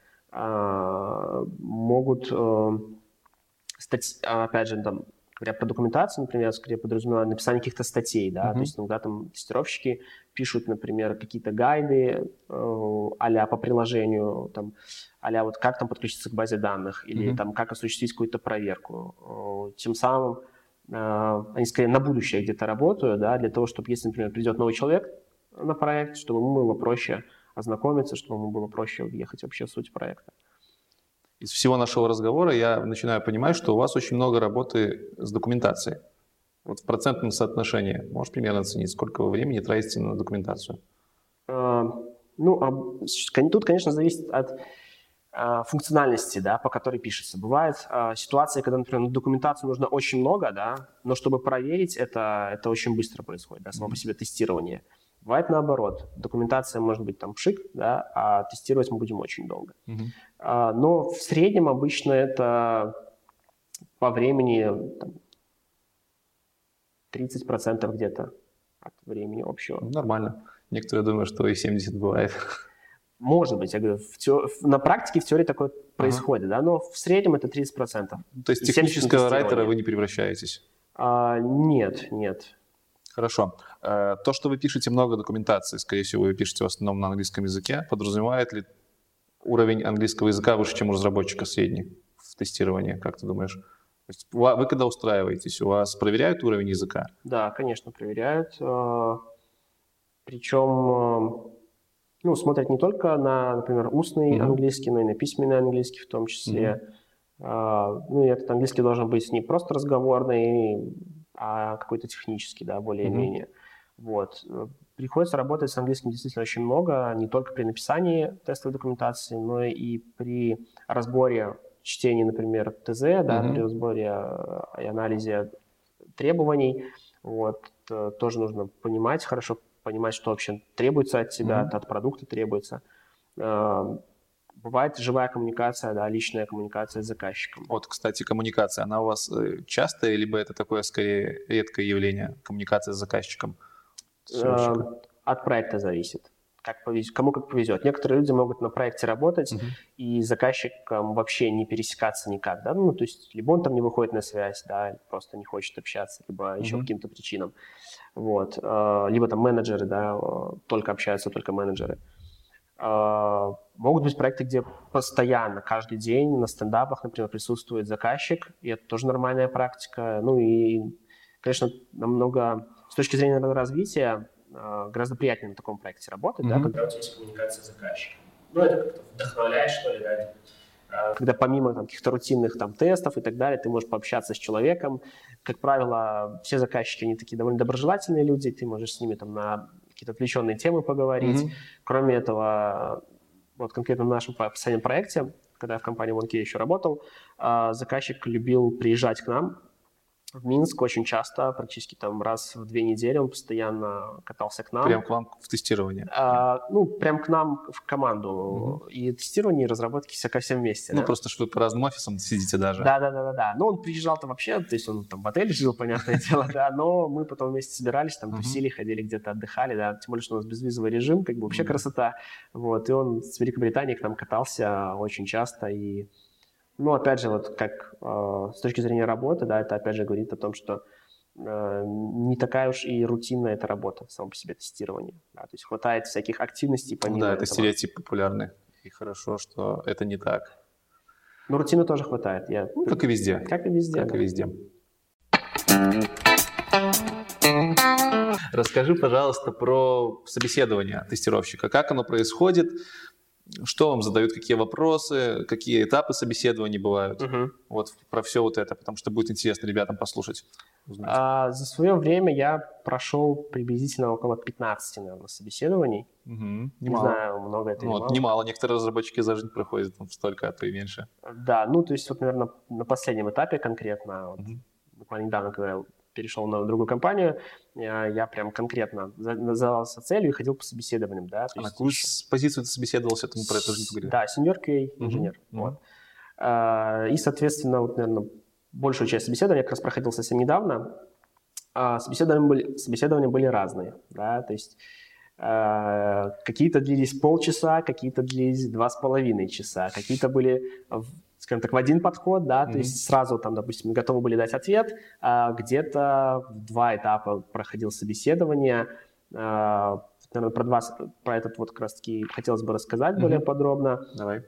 Могут, стать, опять же, там, говоря про документацию, например, скорее подразумеваю написание каких-то статей, да, uh-huh. то есть иногда там тестировщики пишут, например, какие-то гайды а-ля по приложению, там, а-ля вот как там подключиться к базе данных или uh-huh. там как осуществить какую-то проверку. Тем самым они скорее на будущее где-то работают, да, для того, чтобы, если, например, придет новый человек на проект, чтобы ему было проще ознакомиться, чтобы ему было проще въехать вообще в суть проекта. Из всего нашего разговора я начинаю понимать, что у вас очень много работы с документацией. Вот в процентном соотношении можешь примерно оценить, сколько вы времени тратите на документацию? А, ну, а, тут, конечно, зависит от а, функциональности, да, по которой пишется. Бывают а, ситуации, когда, например, на документацию нужно очень много, да, но чтобы проверить, это, это очень быстро происходит, да, само mm-hmm. по себе тестирование. Бывает наоборот. Документация может быть там пшик, да, а тестировать мы будем очень долго. Uh-huh. А, но в среднем обычно это по времени там, тридцать процентов где-то от времени общего. Нормально. Некоторые думают, что и семьдесят бывает. Может быть. Я говорю, в те... на практике в теории такое uh-huh. происходит, да, но в среднем это тридцать процентов. То есть технического райтера вы не превращаетесь? А, нет, нет. Хорошо. То, что вы пишете много документации, скорее всего, вы пишете в основном на английском языке, подразумевает ли уровень английского языка выше, чем у разработчика средний в тестировании, как ты думаешь? То есть вы когда устраиваетесь, у вас проверяют уровень языка? Да, конечно, проверяют. Причем, ну, смотрят не только на, например, устный mm-hmm. английский, но и на письменный английский в том числе. Mm-hmm. Ну, и этот английский должен быть не просто разговорный, а какой-то технический, да, более-менее. Mm-hmm. Вот. Приходится работать с английским действительно очень много, не только при написании тестовой документации, но и при разборе чтения, например, ТЗ, да, mm-hmm. при разборе и анализе требований. Вот. Тоже нужно понимать, хорошо понимать, что вообще требуется от тебя, mm-hmm. от продукта требуется. Бывает живая коммуникация, да, личная коммуникация с заказчиком. Вот, кстати, коммуникация, она у вас частая, либо это такое, скорее, редкое явление, коммуникация с заказчиком? Э, от проекта зависит. Как повезет, кому как повезет. Некоторые люди могут на проекте работать, uh-huh. и с заказчиком вообще не пересекаться никак, да, ну, то есть либо он там не выходит на связь, да, просто не хочет общаться, либо uh-huh. еще по каким-то причинам, вот, либо там менеджеры, да, только общаются, только менеджеры. Могут быть проекты, где постоянно, каждый день на стендапах, например, присутствует заказчик, и это тоже нормальная практика. Ну и, конечно, намного с точки зрения развития гораздо приятнее на таком проекте работать, mm-hmm. да, когда у тебя есть коммуникация с заказчиком. Ну, это как-то вдохновляет, что ли, да. Когда помимо там, каких-то рутинных там, тестов и так далее, ты можешь пообщаться с человеком. Как правило, все заказчики, они такие довольно доброжелательные люди, ты можешь с ними там на какие-то отвлеченные темы поговорить. Mm-hmm. Кроме этого, вот конкретно в нашем последнем проекте, когда я в компании OneKey еще работал, заказчик любил приезжать к нам в Минск очень часто, практически там раз в две недели он постоянно катался к нам. Прям к вам в тестирование? А, ну, прям к нам в команду. Mm-hmm. И тестирование, и разработки все ко всем вместе. Ну, да? Просто, что вы по разным офисам сидите даже. Да-да-да. Но он приезжал-то вообще, то есть он там в отеле жил, понятное дело, да, но мы потом вместе собирались, там тусили, ходили где-то отдыхали, да, тем более, что у нас безвизовый режим, как бы вообще красота. Вот, и он с Великобритании к нам катался очень часто, и ну, опять же, вот как э, с точки зрения работы, да, это опять же говорит о том, что э, не такая уж и рутинная эта работа, само по себе тестирование. Да, то есть хватает всяких активностей помимо Да, этого. Это стереотип популярный. И хорошо, что это не так. Но рутины тоже хватает. Я... Ну, как и везде. Как и везде. Как да. и везде. Расскажи, пожалуйста, про собеседование тестировщика. Как оно происходит? что вам задают, какие вопросы, какие этапы собеседования бывают. Угу. Вот про все вот это, потому что будет интересно ребятам послушать. А, за свое время я прошел приблизительно около пятнадцати, наверное, собеседований. Угу. Не знаю, много это ну, или вот, мало. Немало. Некоторые разработчики за жизнь проходят там столько, а то и меньше. Да, ну то есть вот, наверное, на последнем этапе конкретно, вот, угу. буквально недавно, когда я перешел на другую компанию, я, я прям конкретно задался целью и ходил по собеседованиям. Да, а на какую еще... позицию ты собеседовался, ты про это уже не поговорил? Да, senior кью эй инженер. Угу. Вот. А, и, соответственно, вот, наверное, большую часть собеседования я как раз проходил совсем недавно. А, собеседования, были, собеседования были разные. Да, то есть а, какие-то длились полчаса, какие-то длились два с половиной часа, какие-то были... скажем так, в один подход, да, mm-hmm. то есть сразу там, допустим, готовы были дать ответ, а где-то в два этапа проходил собеседование, а, наверное, про, два, про этот вот как раз-таки хотелось бы рассказать mm-hmm. более подробно. Давай.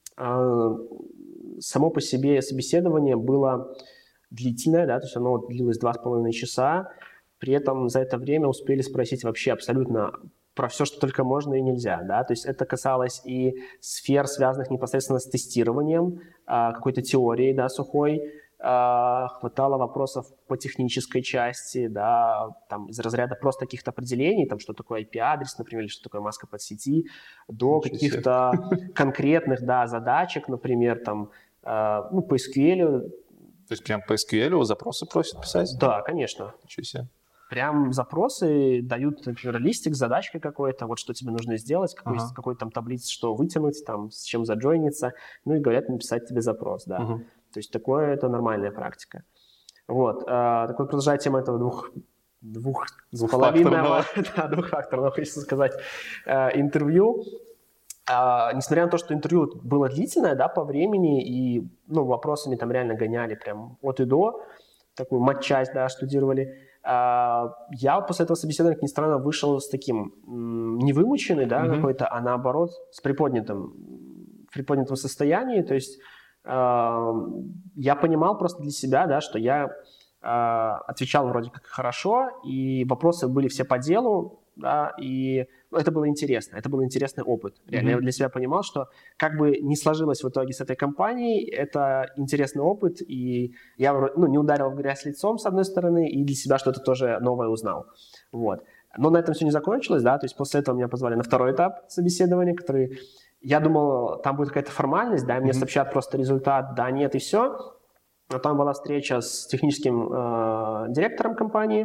А, само по себе собеседование было длительное, да, то есть оно длилось два с половиной часа, при этом за это время успели спросить вообще абсолютно про все, что только можно и нельзя, да, то есть это касалось и сфер, связанных непосредственно с тестированием, какой-то теорией, да, сухой, хватало вопросов по технической части, да, там из разряда просто каких-то определений, там, что такое ай пи-адрес, например, или что такое маска подсети, до Ничего каких-то себе. конкретных, да, задачек, например, там, ну, по эс кью эль. То есть прям по эс кью эль запросы просят писать? Да, конечно. Ничего себе. Прям запросы дают, например, листик с задачкой какой-то, вот что тебе нужно сделать, какой, ага. какой там таблицы, что вытянуть, там, с чем заджойниться, ну и говорят написать тебе запрос, да. Угу. То есть такое это нормальная практика. Вот. А, такой продолжая тему этого двух, двух двухполовинного, да, двухфакторного, хочется сказать, а, интервью. А, несмотря на то, что интервью было длительное, да, по времени, и, ну, вопросами там реально гоняли прям от и до, такую матчасть, да, штудировали. Я после этого собеседования, как ни странно, вышел с таким не вымученный, да, mm-hmm. какой-то, а наоборот с приподнятым, в приподнятом состоянии. То есть э, я понимал просто для себя, да, что я э, отвечал вроде как хорошо, и вопросы были все по делу, да, и ну, это было интересно, это был интересный опыт. Реально, mm-hmm. я для себя понимал, что как бы не сложилось в итоге с этой компанией, это интересный опыт, и я ну, не ударил в грязь лицом, с одной стороны, и для себя что-то тоже новое узнал. Вот. Но на этом все не закончилось, да, то есть после этого меня позвали на второй этап собеседования, который, я думал, там будет какая-то формальность, да, мне mm-hmm. сообщат просто результат, да, нет, и все. Но там была встреча с техническим э, директором компании,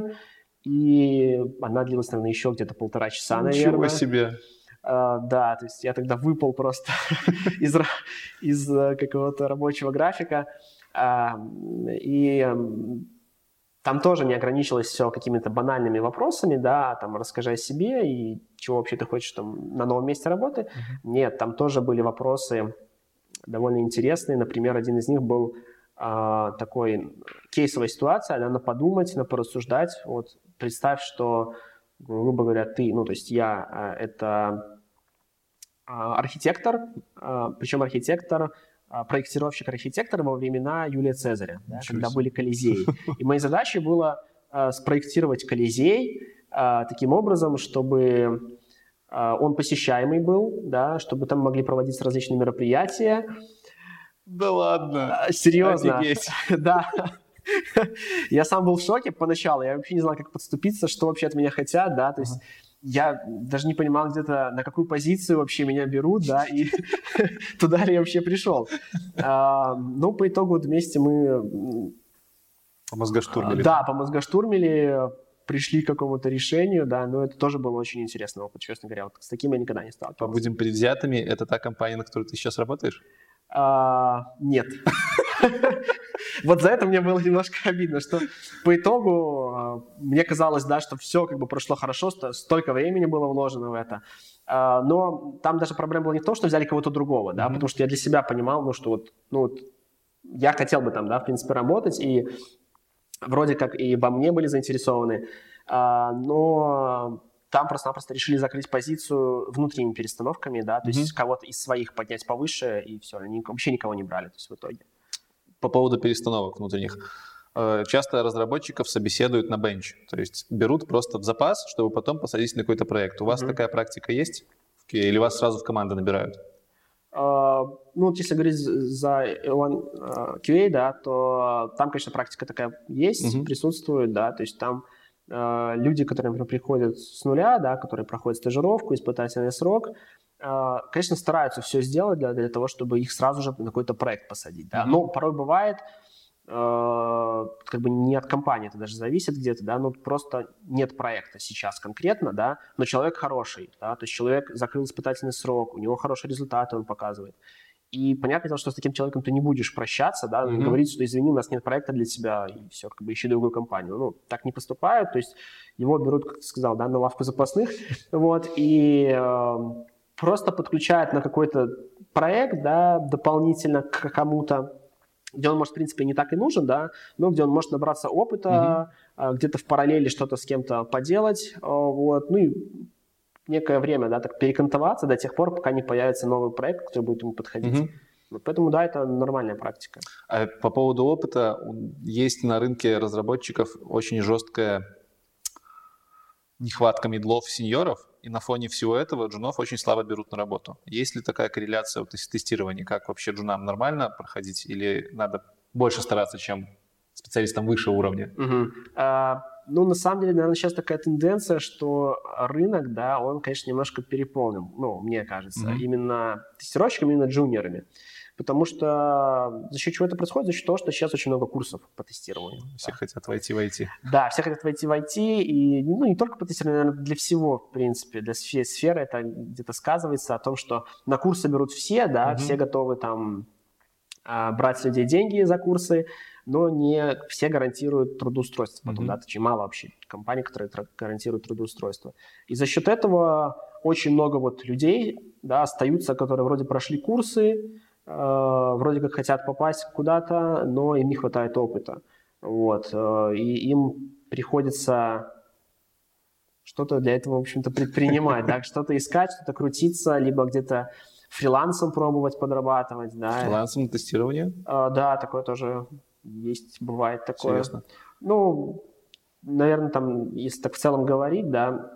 и она длилась, наверное, еще где-то полтора часа, Ничего наверное. Ничего себе! Uh, да, то есть я тогда выпал просто из, из uh, какого-то рабочего графика. Uh, и um, там тоже не ограничилось все какими-то банальными вопросами, да, там, расскажи о себе и чего вообще ты хочешь там на новом месте работы. Uh-huh. Нет, там тоже были вопросы довольно интересные. Например, один из них был Uh, такой кейсовая ситуация, надо подумать, надо порассуждать. Вот представь, что, грубо говоря, ты, ну, то есть я uh, это uh, архитектор, uh, причем архитектор, uh, проектировщик-архитектор во времена Юлия Цезаря, да, когда были Колизеи. И моей задачей было uh, спроектировать Колизей uh, таким образом, чтобы uh, он посещаемый был, да, чтобы там могли проводиться различные мероприятия. Да ладно. Серьезно. Да. Я сам был в шоке поначалу. Я вообще не знал, как подступиться, что вообще от меня хотят, да. То есть uh-huh. я даже не понимал где-то, на какую позицию вообще меня берут, да, и туда ли я вообще пришел. Ну, по итогу вместе мы... Помозгоштурмили. Да, помозгоштурмили, пришли к какому-то решению, да, но это тоже был очень интересный опыт, честно говоря. Вот с таким я никогда не сталкивался. Побудем предвзятыми. Это та компания, на которой ты сейчас работаешь? А, нет. Вот за это мне было немножко обидно, что по итогу мне казалось, да, что все как бы прошло хорошо, столько времени было вложено в это. Но там даже проблема была не в том, что взяли кого-то другого, да, потому что я для себя понимал, ну, что вот, ну, вот я хотел бы там, да, в принципе, работать, и вроде как и во мне были заинтересованы, но... Там просто-напросто решили закрыть позицию внутренними перестановками, да, то mm-hmm. есть кого-то из своих поднять повыше, и все, они вообще никого не брали, то есть в итоге. По поводу перестановок внутренних. Часто разработчиков собеседуют на бенч, то есть берут просто в запас, чтобы потом посадить на какой-то проект. У вас mm-hmm. такая практика есть? Или вас сразу в команды набирают? Uh, ну, вот если говорить за эл один кью эй, да, то там, конечно, практика такая есть, mm-hmm. присутствует, да, то есть там uh, люди, которые, например, приходят с нуля, да, которые проходят стажировку, испытательный срок, uh, конечно, стараются все сделать для, для того, чтобы их сразу же на какой-то проект посадить, да, mm-hmm. но порой бывает, Uh, как бы не от компании это даже зависит где-то, да, ну просто нет проекта сейчас конкретно, да, но человек хороший, да, то есть человек закрыл испытательный срок, у него хорошие результаты он показывает. И понятное дело, что с таким человеком ты не будешь прощаться, да, mm-hmm. говорить, что извини, у нас нет проекта для тебя, и все, как бы ищи другую компанию. Ну, так не поступают, то есть его берут, как ты сказал, да, на лавку запасных, вот, и э, просто подключают на какой-то проект, да, дополнительно к кому-то, где он, может, в принципе, не так и нужен, да, но где он может набраться опыта, mm-hmm. где-то в параллели что-то с кем-то поделать, вот, ну и некое время, да, так перекантоваться до тех пор, пока не появится новый проект, который будет ему подходить. Mm-hmm. Вот поэтому, да, это нормальная практика. А по поводу опыта, есть на рынке разработчиков очень жесткая нехватка мидлов, сеньоров, и на фоне всего этого джунов очень слабо берут на работу. Есть ли такая корреляция в тестировании? Как вообще джунам нормально проходить или надо больше стараться, чем специалистам выше уровня? Угу. А, ну, на самом деле, наверное, сейчас такая тенденция, что рынок, да, он, конечно, немножко переполнен, ну, мне кажется, угу. именно тестировщиками, именно джуниорами. Потому что за счет чего это происходит? За счет того, что сейчас очень много курсов по тестированию. Все да. хотят войти в ай ти. Да, все хотят войти в ай ти, и ну, не только по тестированию, наверное, для всего, в принципе, для всей сферы это где-то сказывается о том, что на курсы берут все, да, угу. все готовы там брать с людей деньги за курсы, но не все гарантируют трудоустройство. Потом, угу. да, очень мало вообще компаний, которые гарантируют трудоустройство. И за счет этого очень много вот людей, да, остаются, которые вроде прошли курсы, вроде как хотят попасть куда-то, но им не хватает опыта. Вот. И им приходится что-то для этого, в общем-то, предпринимать, да, что-то искать, что-то крутиться, либо где-то фрилансом пробовать подрабатывать. Да. Фрилансом тестирование? Да, такое тоже есть, бывает такое. Серьезно? Ну, наверное, там, если так в целом говорить, да,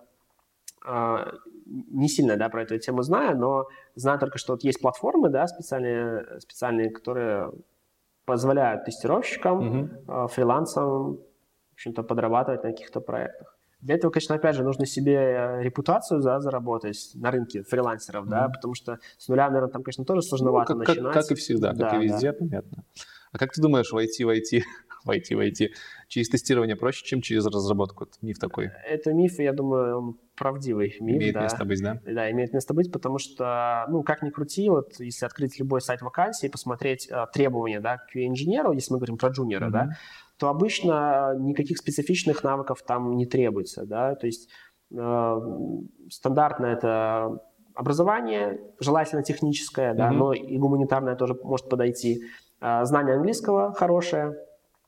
не сильно, да, про эту тему знаю, но знаю только, что вот есть платформы, да, специальные, специальные, которые позволяют тестировщикам, mm-hmm. фрилансам, в общем-то, подрабатывать на каких-то проектах. Для этого, конечно, опять же, нужно себе репутацию, да, заработать на рынке фрилансеров, mm-hmm. да, потому что с нуля, наверное, там, конечно, тоже сложновато ну, как, начинать. Как, как и всегда, да, как и везде, да. понятно. А как ты думаешь, войти в ай ти, войти в ай ти через тестирование проще, чем через разработку? Это миф такой. Это миф, я думаю, он правдивый миф. Имеет да. место быть, да? Да, имеет место быть, потому что, ну, как ни крути, вот если открыть любой сайт вакансий и посмотреть э, требования, да, к ку эй-инженеру, если мы говорим про джуниора, mm-hmm. да, то обычно никаких специфичных навыков там не требуется, да, то есть э, стандартно это образование, желательно техническое, mm-hmm. да, но и гуманитарное тоже может подойти, э, знание английского хорошее,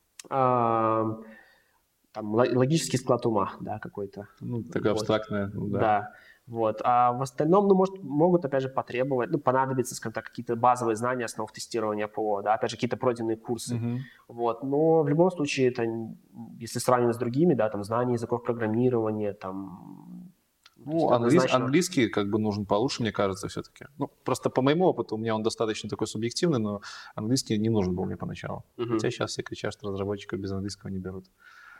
э, там, логический склад ума, да, какой-то. Ну, такая вот. Абстрактная, ну, да. Да, вот. А в остальном, ну, может, могут, опять же, потребовать, ну, понадобиться, скажем так, какие-то базовые знания основ тестирования ПО, да, опять же, какие-то пройденные курсы. Uh-huh. Вот. Но в любом случае, это, если сравнивать с другими, да, там, знания языков программирования, там... Ну, английский, значит... английский как бы нужен получше, мне кажется, все-таки. Ну, просто по моему опыту, у меня он достаточно такой субъективный, но английский не нужен был мне поначалу. Uh-huh. Хотя сейчас все кричат, что разработчиков без английского не берут.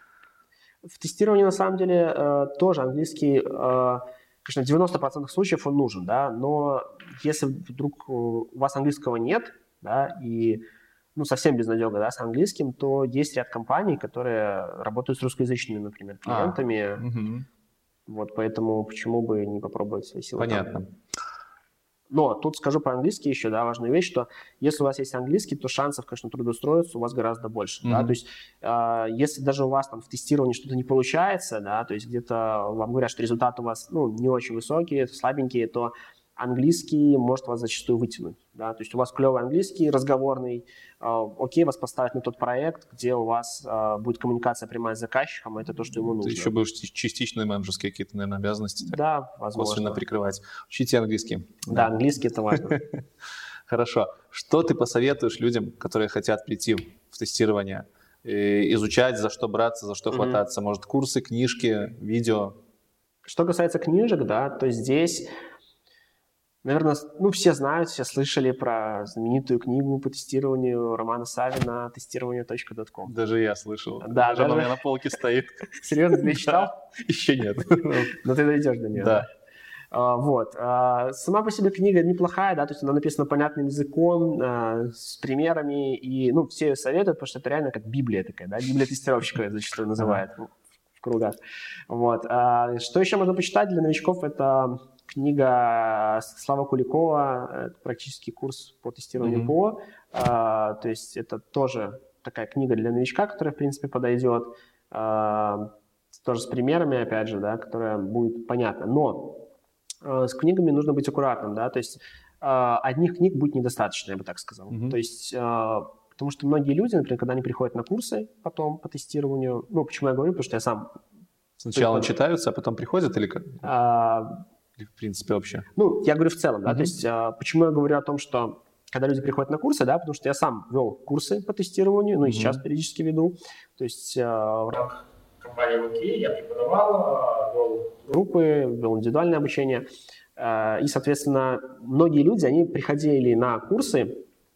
В тестировании, на самом деле, э, тоже английский, э, конечно, в девяноста процентах случаев он нужен, да, но если вдруг у вас английского нет, да, и, ну, совсем безнадега, да, с английским, то есть ряд компаний, которые работают с русскоязычными, например, клиентами, а, угу. вот, поэтому почему бы не попробовать свои силы. Понятно. Там. Но тут скажу про английский еще, да, важная вещь, что если у вас есть английский, то шансов, конечно, трудоустроиться у вас гораздо больше, mm-hmm. да, то есть э, если даже у вас там в тестировании что-то не получается, да, то есть где-то вам говорят, что результаты у вас, ну, не очень высокие, слабенькие, то английский может вас зачастую вытянуть, да, то есть у вас клевый английский, разговорный, э, окей, вас поставят на тот проект, где у вас э, будет коммуникация прямая с заказчиком, это то, что ему нужно. Ты еще будешь частично менеджерские какие-то, наверное, обязанности. Да, возможно. Косвенно прикрывать. Учите английский. Да, да, английский это важно. Хорошо. Что ты посоветуешь людям, которые хотят прийти в тестирование, изучать, за что браться, за что хвататься? Может, курсы, книжки, видео? Что касается книжек, да, то здесь... Наверное, ну, все знают, все слышали про знаменитую книгу по тестированию Романа Савина «Тестирование точка дот ком». Даже я слышал. Да, даже она у меня на полке стоит. Серьезно, ты читал? Еще нет. Но ты дойдешь до нее. Да. Вот. Сама по себе книга неплохая, да, то есть она написана понятным языком, с примерами, и, ну, все ее советуют, потому что это реально как Библия такая, да, Библия тестировщика зачастую называют в кругах. Вот. Что еще можно почитать для новичков? Это книга Славы Куликова, практический курс по тестированию mm-hmm. ПО. А, то есть это тоже такая книга для новичка, которая, в принципе, подойдет. А, тоже с примерами, опять же, да, которая будет понятна. Но а, с книгами нужно быть аккуратным, да, то есть а, одних книг будет недостаточно, я бы так сказал. Mm-hmm. То есть... А, потому что многие люди, например, когда они приходят на курсы потом по тестированию, ну, почему я говорю, потому что я сам... Сначала приход... читаются, а потом приходят или как? А... В принципе, вообще. Ну, я говорю в целом, да, mm-hmm. то есть а, почему я говорю о том, что когда люди приходят на курсы, да, потому что я сам вел курсы по тестированию, ну, и mm-hmm. сейчас периодически веду, то есть а, в рамках компании эл кей я преподавал, вел группы, вел индивидуальное обучение, а, и, соответственно, многие люди, они приходили на курсы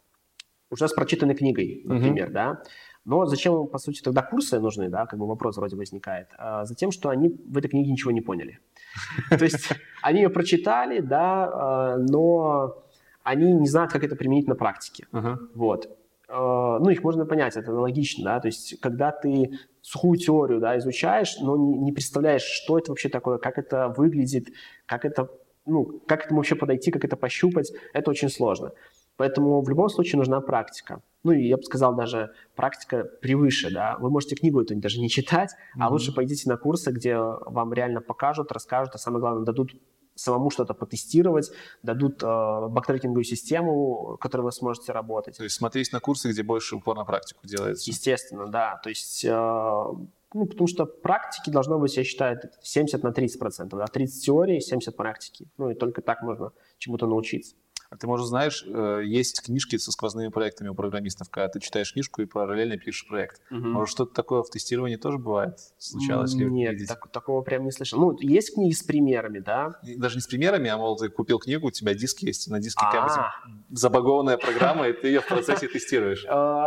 уже с прочитанной книгой, например, mm-hmm. да, но зачем, по сути, тогда курсы нужны, да, как бы вопрос вроде возникает, а, затем, что они в этой книге ничего не поняли. То есть они ее прочитали, да, но они не знают, как это применить на практике. Uh-huh. Вот. Ну, их можно понять, это логично, да, то есть когда ты сухую теорию, да, изучаешь, но не представляешь, что это вообще такое, как это выглядит, как это, ну, как к этому вообще подойти, как это пощупать, это очень сложно. Поэтому в любом случае нужна практика. Ну, и я бы сказал, даже практика превыше, да. Вы можете книгу эту даже не читать, mm-hmm. а лучше пойдите на курсы, где вам реально покажут, расскажут, а самое главное, дадут самому что-то потестировать, дадут э, бактрекинговую систему, в которой вы сможете работать. То есть смотреть на курсы, где больше упор на практику делается. Естественно, да. То есть, э, ну, потому что практики должно быть, я считаю, семьдесят на тридцать процентов. Да? тридцать теории, семьдесят практики. Ну, и только так можно чему-то научиться. А ты, может, знаешь, есть книжки со сквозными проектами у программистов, когда ты читаешь книжку и параллельно пишешь проект. Угу. Может, что-то такое в тестировании тоже бывает? Случалось ли? Нет, так, такого прям не слышал. Ну, есть книги с примерами, да? Даже не с примерами, а, мол, ты купил книгу, у тебя диск есть, на диске какая-то забагованная программа, и ты ее в процессе тестируешь.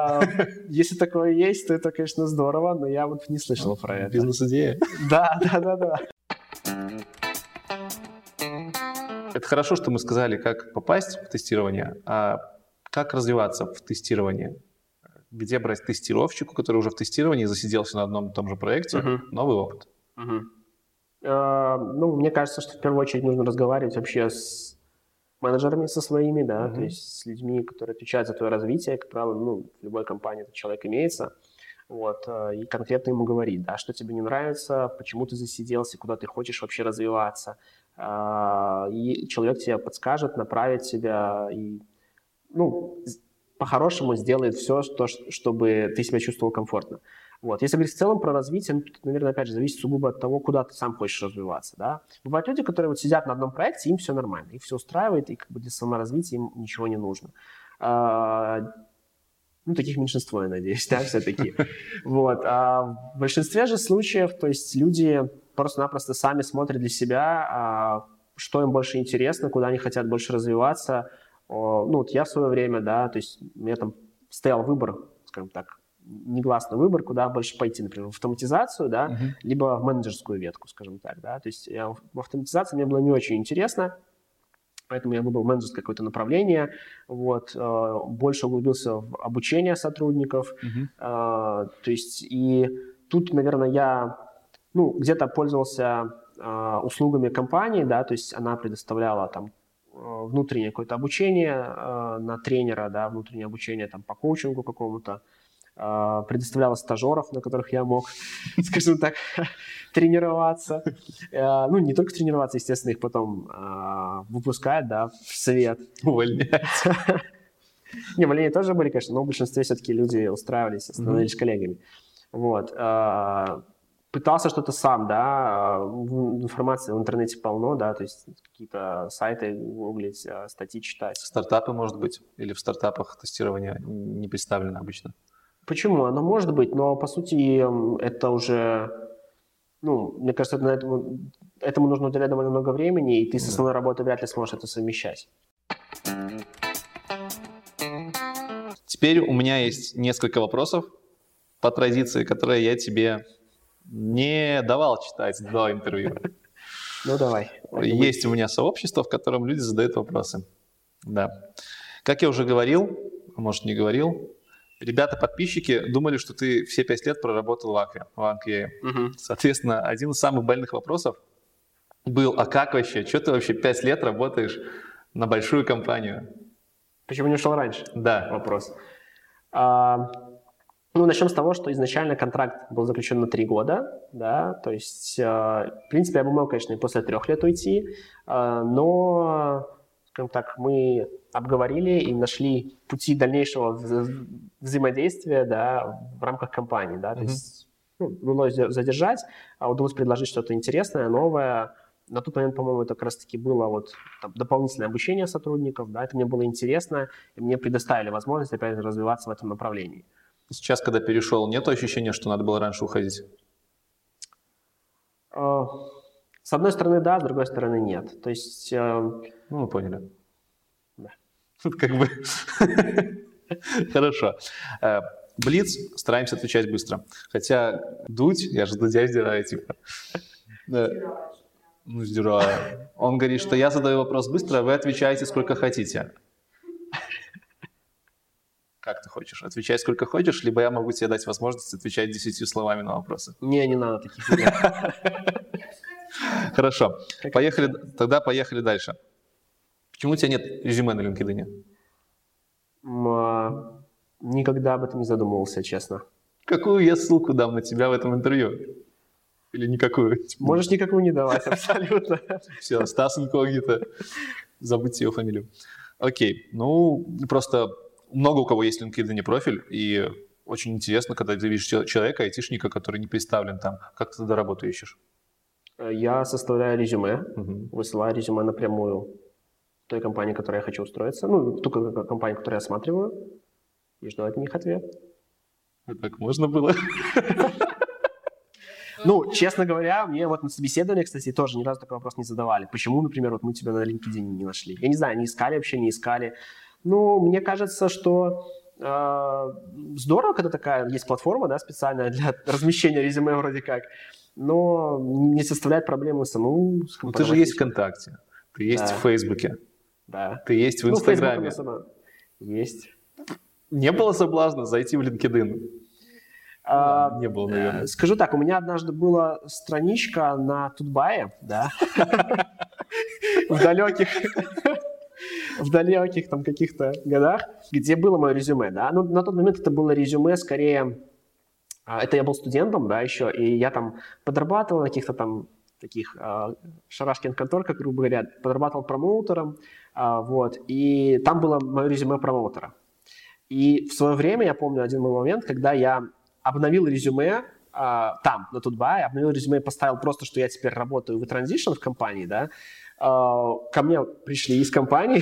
Если такое есть, то это, конечно, здорово, но я вот не слышал про это. Бизнес-идея. Да, да, да, да. Это хорошо, что мы сказали, как попасть в тестирование, а как развиваться в тестировании? Где брать тестировщику, который уже в тестировании засиделся на одном и том же проекте, uh-huh. новый опыт? Uh-huh. Uh, ну, мне кажется, что в первую очередь нужно разговаривать вообще с менеджерами со своими, да, uh-huh. то есть с людьми, которые отвечают за твое развитие. Как правило, ну, в любой компании этот человек имеется. Вот, и конкретно ему говорить, да, что тебе не нравится, почему ты засиделся, куда ты хочешь вообще развиваться. И человек тебе подскажет, направит тебя и, ну, по-хорошему сделает все, что, чтобы ты себя чувствовал комфортно. Вот. Если говорить в целом про развитие, ну, тут, наверное, опять же, зависит сугубо от того, куда ты сам хочешь развиваться. Да? Бывают люди, которые вот сидят на одном проекте, им все нормально, их все устраивает, и как бы для саморазвития им ничего не нужно. Ну, таких меньшинство, я надеюсь, да, все-таки. Вот. А в большинстве же случаев, то есть люди просто-напросто сами смотрят для себя, что им больше интересно, куда они хотят больше развиваться. Ну, вот я в свое время, да, то есть у меня там стоял выбор, скажем так, негласный выбор, куда больше пойти, например, в автоматизацию, да, uh-huh. либо в менеджерскую ветку, скажем так, да. То есть я, в автоматизации мне было не очень интересно, поэтому я выбрал менеджерское какое-то направление, вот, э, больше углубился в обучение сотрудников, uh-huh. э, то есть и тут, наверное, я, ну, где-то пользовался э, услугами компании, да, то есть она предоставляла там внутреннее какое-то обучение э, на тренера, да, внутреннее обучение там по коучингу какому-то, э, предоставляла стажеров, на которых я мог, скажем так, тренироваться. Э, ну, не только тренироваться, естественно, их потом э, выпускают, да, в свет. Увольнять. Не, увольнения тоже были, конечно, но в большинстве все-таки люди устраивались, становились коллегами. Вот. Пытался что-то сам, да, информации в интернете полно, да, то есть какие-то сайты гуглить, статьи читать. Стартапы, может быть, или в стартапах тестирование не представлено обычно? Почему? Оно может быть, но по сути это уже Ну, мне кажется, на этому, этому нужно уделять довольно много времени, и ты с основной работой вряд ли сможешь это совмещать. Теперь у меня есть несколько вопросов по традиции, которые я тебе не давал читать до интервью. Ну, давай. Есть у меня сообщество, в котором люди задают вопросы. Да. Как я уже говорил, а может не говорил, ребята-подписчики думали, что ты все пять лет проработал в Акве, в Анквее. Угу. Соответственно, один из самых больных вопросов был, а как вообще, что ты вообще пять лет работаешь на большую компанию? Почему не ушел раньше? Да. Вопрос. А, ну, начнем с того, что изначально контракт был заключен на три года, да, то есть, а, в принципе, я бы мог, конечно, и после трех лет уйти, а, но, скажем так, мы обговорили и нашли пути дальнейшего вза- взаимодействия, да, в рамках компании, да, то Мгм. есть, ну, удалось задержать, а удалось предложить что-то интересное, новое. На тот момент, по-моему, это как раз-таки было вот там, дополнительное обучение сотрудников, да, это мне было интересно, и мне предоставили возможность опять развиваться в этом направлении. Сейчас, когда перешел, нет ощущения, что надо было раньше уходить? Э, С одной стороны, да, с другой стороны, нет. То есть, э, Ну, мы поняли. да. Тут как бы... Хорошо. Э, Блиц, стараемся отвечать быстро. Хотя дуть, я же дудя сдираю, типа. Да. Ну, сдираю. Он говорит, что я задаю вопрос быстро, а вы отвечаете сколько хотите. Как ты хочешь? Отвечай сколько хочешь, либо я могу тебе дать возможность отвечать десятью словами на вопросы. Не, не надо таких людей. Хорошо. Поехали, тогда поехали дальше. Почему у тебя нет резюме на LinkedIn? М, а, Никогда об этом не задумывался, честно. Какую я ссылку дам на тебя в этом интервью? Или никакую? Можешь никакую не давать, абсолютно. Все, Стас Инкогнито. Забудьте его фамилию. Окей. Ну, просто много у кого есть в LinkedIn профиль, и очень интересно, когда ты видишь чел- человека, айтишника, который не представлен там. Как ты тогда работу ищешь? Я составляю резюме, Мгм. высылаю резюме напрямую той компании, в которой я хочу устроиться, ну, ту ко- компанию, которую я осматриваю, и жду от них ответ. А так можно было? Ну, честно говоря, мне вот на собеседовании, кстати, тоже ни разу такой вопрос не задавали. Почему, например, вот мы тебя на LinkedIn не нашли? Я не знаю, не искали вообще, не искали. Ну, мне кажется, что э, здорово, когда такая есть платформа, да, специальная для размещения резюме вроде как, но не составляет проблемы самому. Ну, ты же есть в ВКонтакте, ты есть Да. в Фейсбуке, Да. ты есть в Ну, Facebook Инстаграме. особо есть. Не было соблазна зайти в LinkedIn? А, Не было, наверное. э, Скажу так, у меня однажды была страничка на Тутбае, да, в далеких, в далеких там каких-то годах, где было мое резюме, да. Ну, на тот момент это было резюме скорее, а, это я был студентом, да, еще, и я там подрабатывал на каких-то там таких а, шарашкиных конторках, грубо говоря, подрабатывал промоутером, а, вот, и там было мое резюме промоутера. И в свое время, я помню один момент, когда я обновил резюме а, там, на Тутбае, обновил резюме и поставил просто, что я теперь работаю в Transition в компании, да, а, ко мне пришли из компании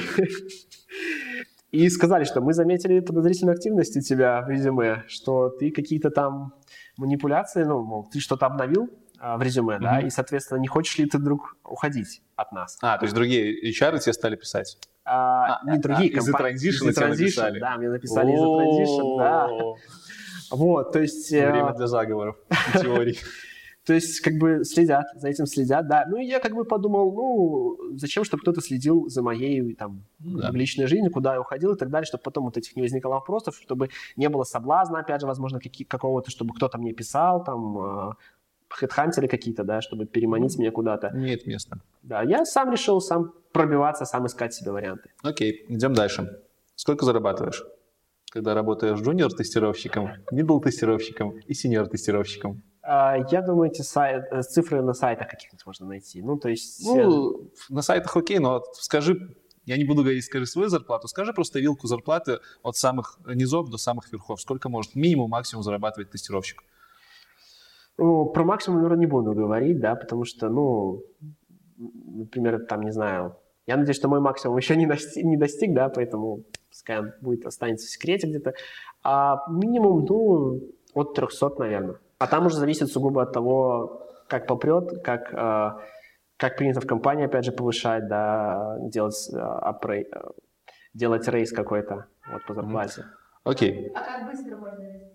и сказали, что мы заметили подозрительную активность у тебя в резюме, что ты какие-то там манипуляции, ну, мол, ты что-то обновил а, в резюме, да, Мгм. и, соответственно, не хочешь ли ты вдруг уходить от нас? А, то есть другие эйч ар тебе стали писать? А, А, не а, другие а, из-за компании. Transition Из-за тебе Transition, написали? да, мне написали из-за Transition, да. О, Вот, то есть... э, Время для заговоров и теорий. То есть, как бы следят, за этим следят, да. Ну, и я как бы подумал, ну, зачем, чтобы кто-то следил за моей, там, Ну да. личной жизнью, куда я уходил и так далее, чтобы потом вот этих не возникало вопросов, чтобы не было соблазна, опять же, возможно, какие- какого-то, чтобы кто-то мне писал, там, э, хедхантеры какие-то, да, чтобы переманить меня куда-то. Имеет место. Да, я сам решил сам пробиваться, сам искать себе варианты. Окей, идем дальше. Сколько зарабатываешь, когда работаешь джуниор-тестировщиком, мидл-тестировщиком и синьор-тестировщиком? А, Я думаю, эти сайт, э, цифры на сайтах каких-нибудь можно найти. Ну, то есть... э, Ну, на сайтах окей, но вот скажи, я не буду говорить, скажи свою зарплату, скажи просто вилку зарплаты от самых низов до самых верхов. Сколько может минимум, максимум зарабатывать тестировщик? Ну, про максимум, наверное, не буду говорить, да, потому что, ну, например, там, не знаю, я надеюсь, что мой максимум еще не достиг, не достиг, да, поэтому пускай он будет, останется в секрете где-то. А минимум, ну, от трехсот, наверное. А там уже зависит сугубо от того, как попрет, как, э, как принято в компании, опять же, повышать, да, делать, э, апрей, э, делать рейс какой-то вот, по зарплате. Окей. А как быстро можно расти?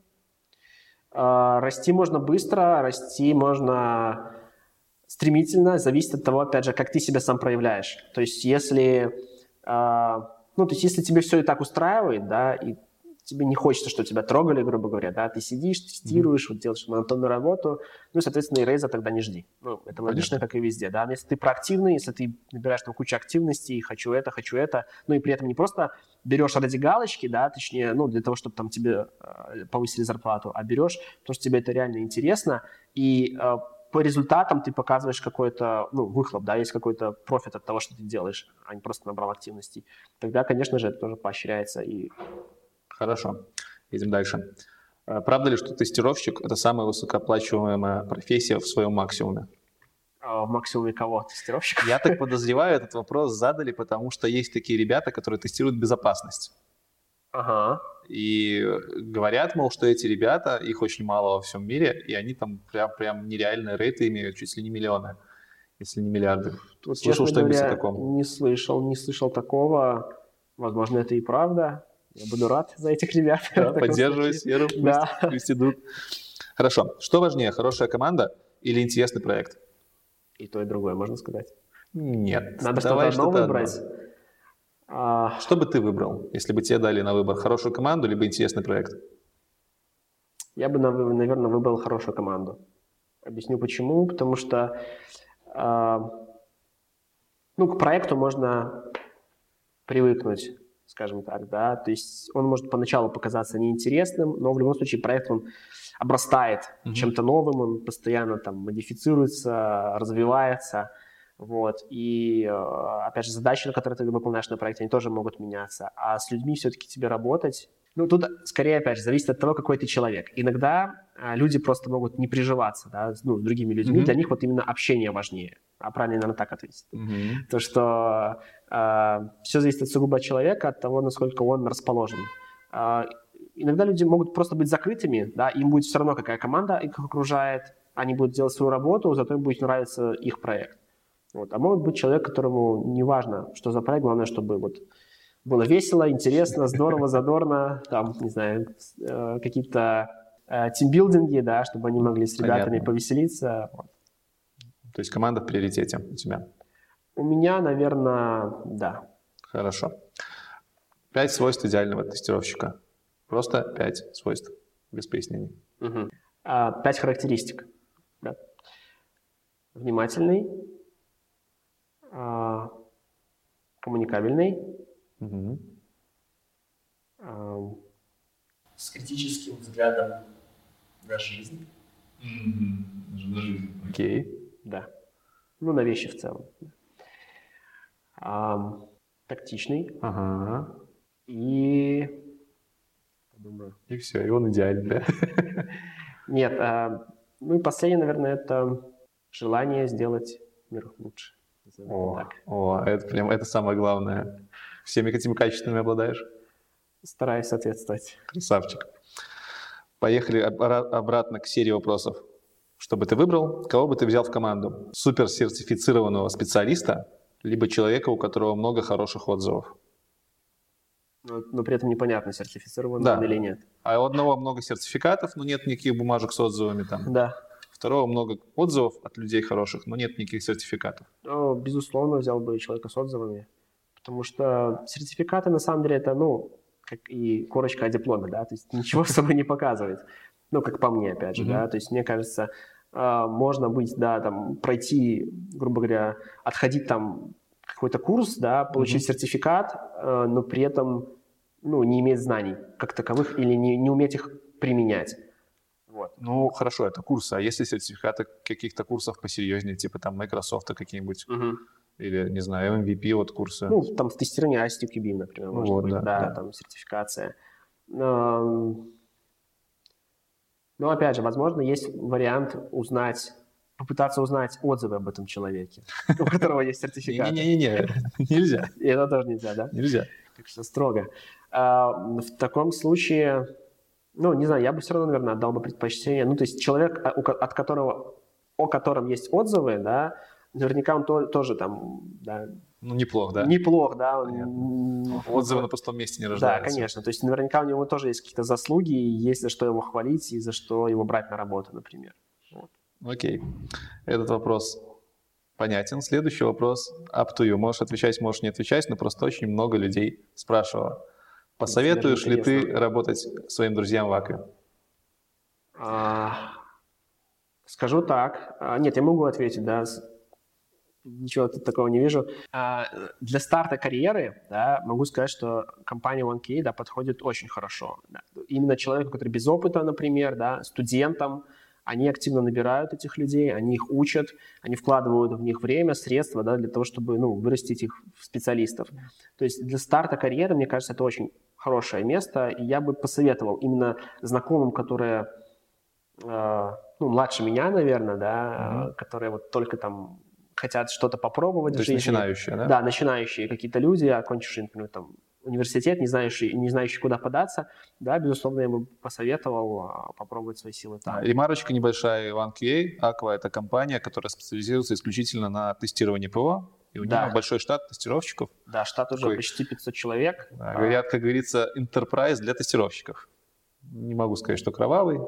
Э, расти можно быстро, расти можно стремительно, зависит от того, опять же, как ты себя сам проявляешь. То есть если, э, ну, то есть если тебе все и так устраивает, да, и тебе не хочется, чтобы тебя трогали, грубо говоря, да, ты сидишь, тестируешь, mm-hmm. вот делаешь монотонную работу, ну, соответственно, и рейза тогда не жди. Ну, это логично, Понятно. Как и везде, да. Если ты проактивный, если ты набираешь там кучу активностей, хочу это, хочу это, ну, и при этом не просто берешь ради галочки, да, точнее, ну, для того, чтобы там тебе э, повысили зарплату, а берешь, потому что тебе это реально интересно, и э, по результатам ты показываешь какой-то, ну, выхлоп, да, есть какой-то профит от того, что ты делаешь, а не просто набрал активностей. Тогда, конечно же, это тоже поощряется и... Хорошо, едем дальше. Правда ли, что тестировщик – это самая высокооплачиваемая профессия в своем максимуме? А в максимуме кого? Тестировщик? Я так подозреваю, этот вопрос задали, потому что есть такие ребята, которые тестируют безопасность. Ага. И говорят, мол, что эти ребята, их очень мало во всем мире, и они там прям, прям нереальные рейты имеют, чуть ли не миллионы, если не миллиарды. Тут, слышал что-нибудь о таком? Не слышал, не слышал такого. Возможно, это и правда. Я буду рад за этих ребят. Да, поддерживай сферу, пусть, да. пусть идут. Хорошо. Что важнее, хорошая команда или интересный проект? И то, и другое, можно сказать? Нет. Надо что-то одно что-то выбрать. Одно. А... Что бы ты выбрал, если бы тебе дали на выбор хорошую команду либо интересный проект? Я бы, наверное, выбрал хорошую команду. Объясню почему. Потому что э, ну, к проекту можно привыкнуть, скажем так, да, то есть он может поначалу показаться неинтересным, но в любом случае проект, он обрастает mm-hmm. чем-то новым, он постоянно там модифицируется, развивается, вот, и, опять же, задачи, которые ты выполняешь на проекте, они тоже могут меняться, а с людьми все-таки тебе работать, ну, тут скорее, опять же, зависит от того, какой ты человек. Иногда а, люди просто могут не приживаться, да, ну, с другими людьми, mm-hmm. для них вот именно общение важнее. А правильно, наверное, так ответить. Mm-hmm. То, что э, все зависит от сугубо человека, от того, насколько он расположен. Э, иногда люди могут просто быть закрытыми, да, им будет все равно, какая команда их окружает, они будут делать свою работу, зато им будет нравиться их проект. Вот. А может быть человек, которому не важно, что за проект, главное, чтобы вот было весело, интересно, здорово, задорно, там, не знаю, э, какие-то э, тимбилдинги, да, чтобы они могли с ребятами Понятно. Повеселиться. Вот. То есть команда в приоритете у тебя? У меня, наверное, да. Хорошо. Пять свойств идеального тестировщика. Просто пять свойств, без пояснений. Угу. А, пять характеристик. Да. Внимательный, а, коммуникабельный, угу. а, с критическим взглядом на жизнь. Mm-hmm. На жизнь. Окей. Да. Ну, на вещи в целом. А, тактичный. Ага. И... Думаю. И все, и он идеальный, да? Нет. А, ну и последнее, наверное, это желание сделать мир лучше. О, так. О, это прям, это самое главное. Всеми этими качествами обладаешь? Стараюсь соответствовать. Красавчик. Поехали обратно к серии вопросов. Что бы ты выбрал, кого бы ты взял в команду? Суперсертифицированного специалиста, либо человека, у которого много хороших отзывов? Но, но при этом непонятно, сертифицирован да. он или нет. А у одного много сертификатов, но нет никаких бумажек с отзывами там. Да. Второго много отзывов от людей хороших, но нет никаких сертификатов. Ну, безусловно, взял бы человека с отзывами. Потому что сертификаты, на самом деле, это, ну, как и корочка о дипломе, да, то есть ничего особо не показывает. Ну, как по мне, опять же, mm-hmm. да, то есть мне кажется, можно быть, да, там, пройти, грубо говоря, отходить там какой-то курс, да, получить mm-hmm. сертификат, но при этом, ну, не иметь знаний как таковых или не, не уметь их применять. Вот. Ну, хорошо, это курсы, а если сертификаты каких-то курсов посерьезнее, типа там Microsoft какие-нибудь, mm-hmm. или, не знаю, эм ви пи вот курсы? Ну, там в тестировании ай эс ти кью би, например, может вот, быть, да, да, да, там сертификация. Но, опять же, возможно, есть вариант узнать, попытаться узнать отзывы об этом человеке, у которого есть сертификат. Не-не-не, нельзя. И это тоже нельзя, да? Нельзя. Так что строго. В таком случае, ну, не знаю, я бы все равно, наверное, отдал бы предпочтение. Ну, то есть человек, от которого о котором есть отзывы, да, наверняка он то, тоже там, да, ну, неплох, да? Неплох, да. Он, отзывы на пустом месте не рождаются. Да, конечно. То есть наверняка у него тоже есть какие-то заслуги, и есть за что его хвалить, и за что его брать на работу, например. Вот. Окей. Этот вопрос понятен. Следующий вопрос up to you. Можешь отвечать, можешь не отвечать, но просто очень много людей спрашивало. Посоветуешь ли ты работать своим друзьям в Acquia? А, скажу так. А, нет, я могу ответить, да. Ничего тут такого не вижу. А, для старта карьеры, да, могу сказать, что компания уан кей, да, подходит очень хорошо. Да. Именно человеку, который без опыта, например, да, студентам, они активно набирают этих людей, они их учат, они вкладывают в них время, средства, да, для того, чтобы, ну, вырастить их в специалистов. То есть для старта карьеры, мне кажется, это очень хорошее место, и я бы посоветовал именно знакомым, которые, э, ну, младше меня, наверное, да, mm-hmm. которые вот только там хотят что-то попробовать в жизни. То есть начинающие, да? Да, начинающие какие-то люди, окончившие, например, там, университет, не знающие, не знающие, куда податься, да, безусловно, я бы посоветовал попробовать свои силы там. Ремарочка небольшая. уан кей, Acquia — это компания, которая специализируется исключительно на тестировании ПО, и у да. нее большой штат тестировщиков. Да, штат уже Такой, почти пятьсот человек. Да, говорят, как говорится, enterprise для тестировщиков. Не могу сказать, что кровавый.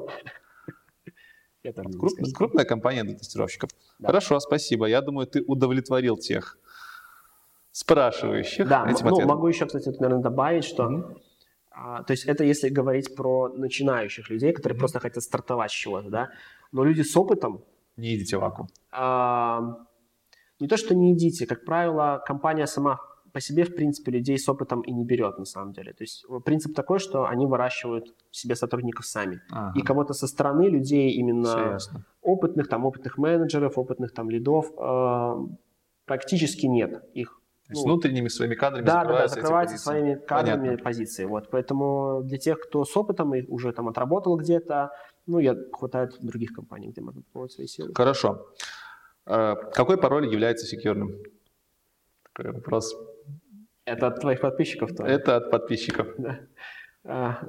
Это Круп, крупная компания для тестировщиков. Да. Хорошо, спасибо. Я думаю, ты удовлетворил тех спрашивающих. Да, этим ну, ответом. Могу еще, кстати, наверное, добавить, что... Mm-hmm. а, то есть это если говорить про начинающих людей, которые mm-hmm. просто хотят стартовать с чего-то, да. Но люди с опытом... Не идите в Acquia. А, не то, что не идите. Как правило, компания сама по себе, в принципе, людей с опытом и не берет, на самом деле. То есть принцип такой, что они выращивают себе сотрудников сами. Ага. И кого-то со стороны людей, именно опытных, там, опытных менеджеров, опытных там лидов, э, практически нет их. То есть ну, внутренними своими кадрами да, закрываются, да, да, закрываются своими кадрами Понятно. позиции. Вот. Поэтому для тех, кто с опытом и уже там отработал где-то, ну, я, хватает других компаний, где можно попробовать свои силы. Хорошо. А какой пароль является секьюрным? Такой вопрос. Это от твоих подписчиков? Тоже? Это от подписчиков. Да. А,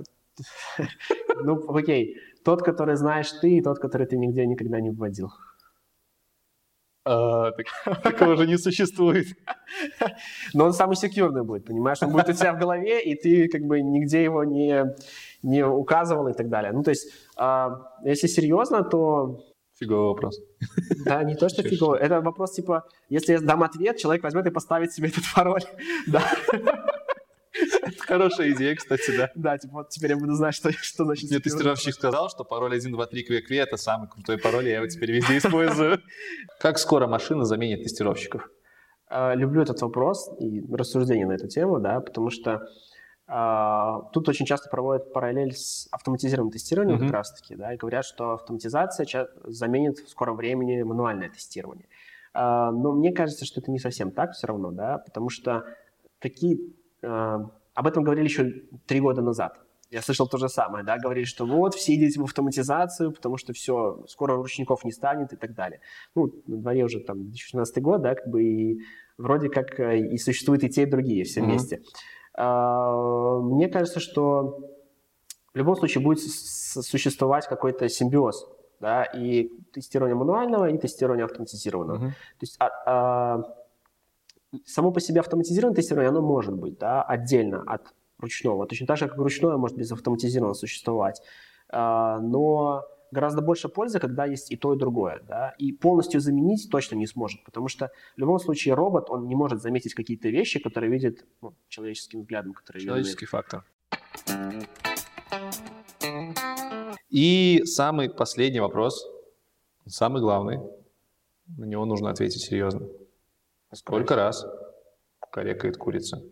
ну, окей. Тот, который знаешь ты, и тот, который ты нигде никогда не вводил. А, так, такого же не существует. Но он самый секьюрный будет, понимаешь? Он будет у тебя в голове, и ты как бы нигде его не, не указывал и так далее. Ну, то есть, а, если серьезно, то... Фиговый вопрос. Да, не то, что фиговый. Это вопрос, типа, если я дам ответ, человек возьмет и поставит себе этот пароль. Да. Это хорошая идея, кстати, да. Да, типа, вот теперь я буду знать, что, что значит... Мне тестировщик сказал, что пароль один два три кве-кве — это самый крутой пароль, я его теперь везде использую. Как скоро машина заменит тестировщиков? Люблю этот вопрос и рассуждение на эту тему, да, потому что Uh, тут очень часто проводят параллель с автоматизированным тестированием mm-hmm. как раз-таки, да, и говорят, что автоматизация заменит в скором времени мануальное тестирование. Uh, но мне кажется, что это не совсем так все равно, да, потому что такие... Uh, об этом говорили еще три года назад. Я слышал то же самое, да, говорили, что вот, все идите в автоматизацию, потому что все, скоро ручников не станет и так далее. Ну, на дворе уже там две тысячи шестнадцатый год, да, как бы и вроде как и существуют и те, и другие все mm-hmm. вместе. Мне кажется, что в любом случае будет существовать какой-то симбиоз, да, и тестирование мануального, и тестирование автоматизированного. Uh-huh. То есть а, а, само по себе автоматизированное тестирование, оно может быть, да, отдельно от ручного. Точно так же, как ручное может без автоматизированного существовать. А, но гораздо больше пользы, когда есть и то, и другое. Да? И полностью заменить точно не сможет, потому что в любом случае робот, он не может заметить какие-то вещи, которые видит ну, человеческим взглядом. Которые Человеческий видны. Фактор. И самый последний вопрос, самый главный, на него нужно ответить серьезно. Сколько раз кукарекает курица?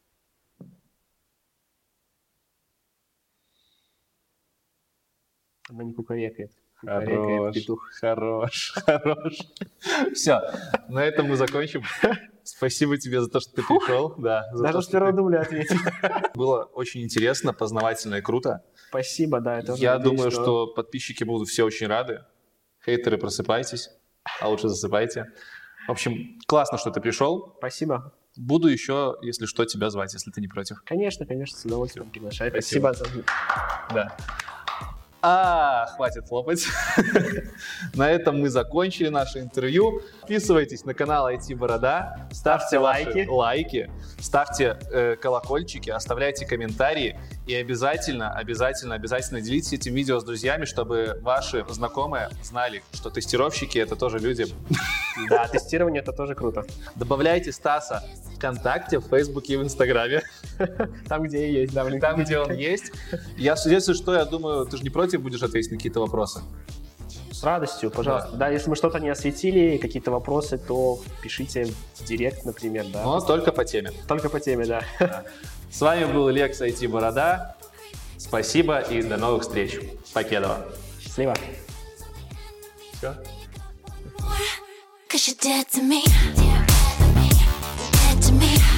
Она не кукарекает. Хорош, хорош, хорош. Все, на этом мы закончим. Спасибо тебе за то, что ты пришел. Да, даже с первого дубля ответил. Было очень интересно, познавательно и круто. Спасибо, да. Это Я надеюсь, думаю, что... что подписчики будут все очень рады. Хейтеры, просыпайтесь, а лучше засыпайте. В общем, классно, что ты пришел. Спасибо. Буду еще, если что, тебя звать, если ты не против. Конечно, конечно, с удовольствием приглашаю. Спасибо. Спасибо. Да. А, хватит хлопать. На этом мы закончили наше интервью. Подписывайтесь на канал ай ти Борода, ставьте лайки, лайки, ставьте э, колокольчики, оставляйте комментарии и обязательно, обязательно, обязательно делитесь этим видео с друзьями, чтобы ваши знакомые знали, что тестировщики — это тоже люди. Да, тестирование — это тоже круто. Добавляйте Стаса ВКонтакте, в Фейсбуке и в Инстаграме. Там, где и есть, да, блин. Там, где он есть. Я, если что, я думаю, ты же не против будешь ответить на какие-то вопросы? С радостью, пожалуйста. Да, Да, если мы что-то не осветили, какие-то вопросы, то пишите в директ, например, да. Но только по теме. Только по теме, да. Да. С вами был Лекс ай ти Борода. Спасибо и до новых встреч. Покедова. Счастливо. Все. Cause you're dead to me. Dead to me.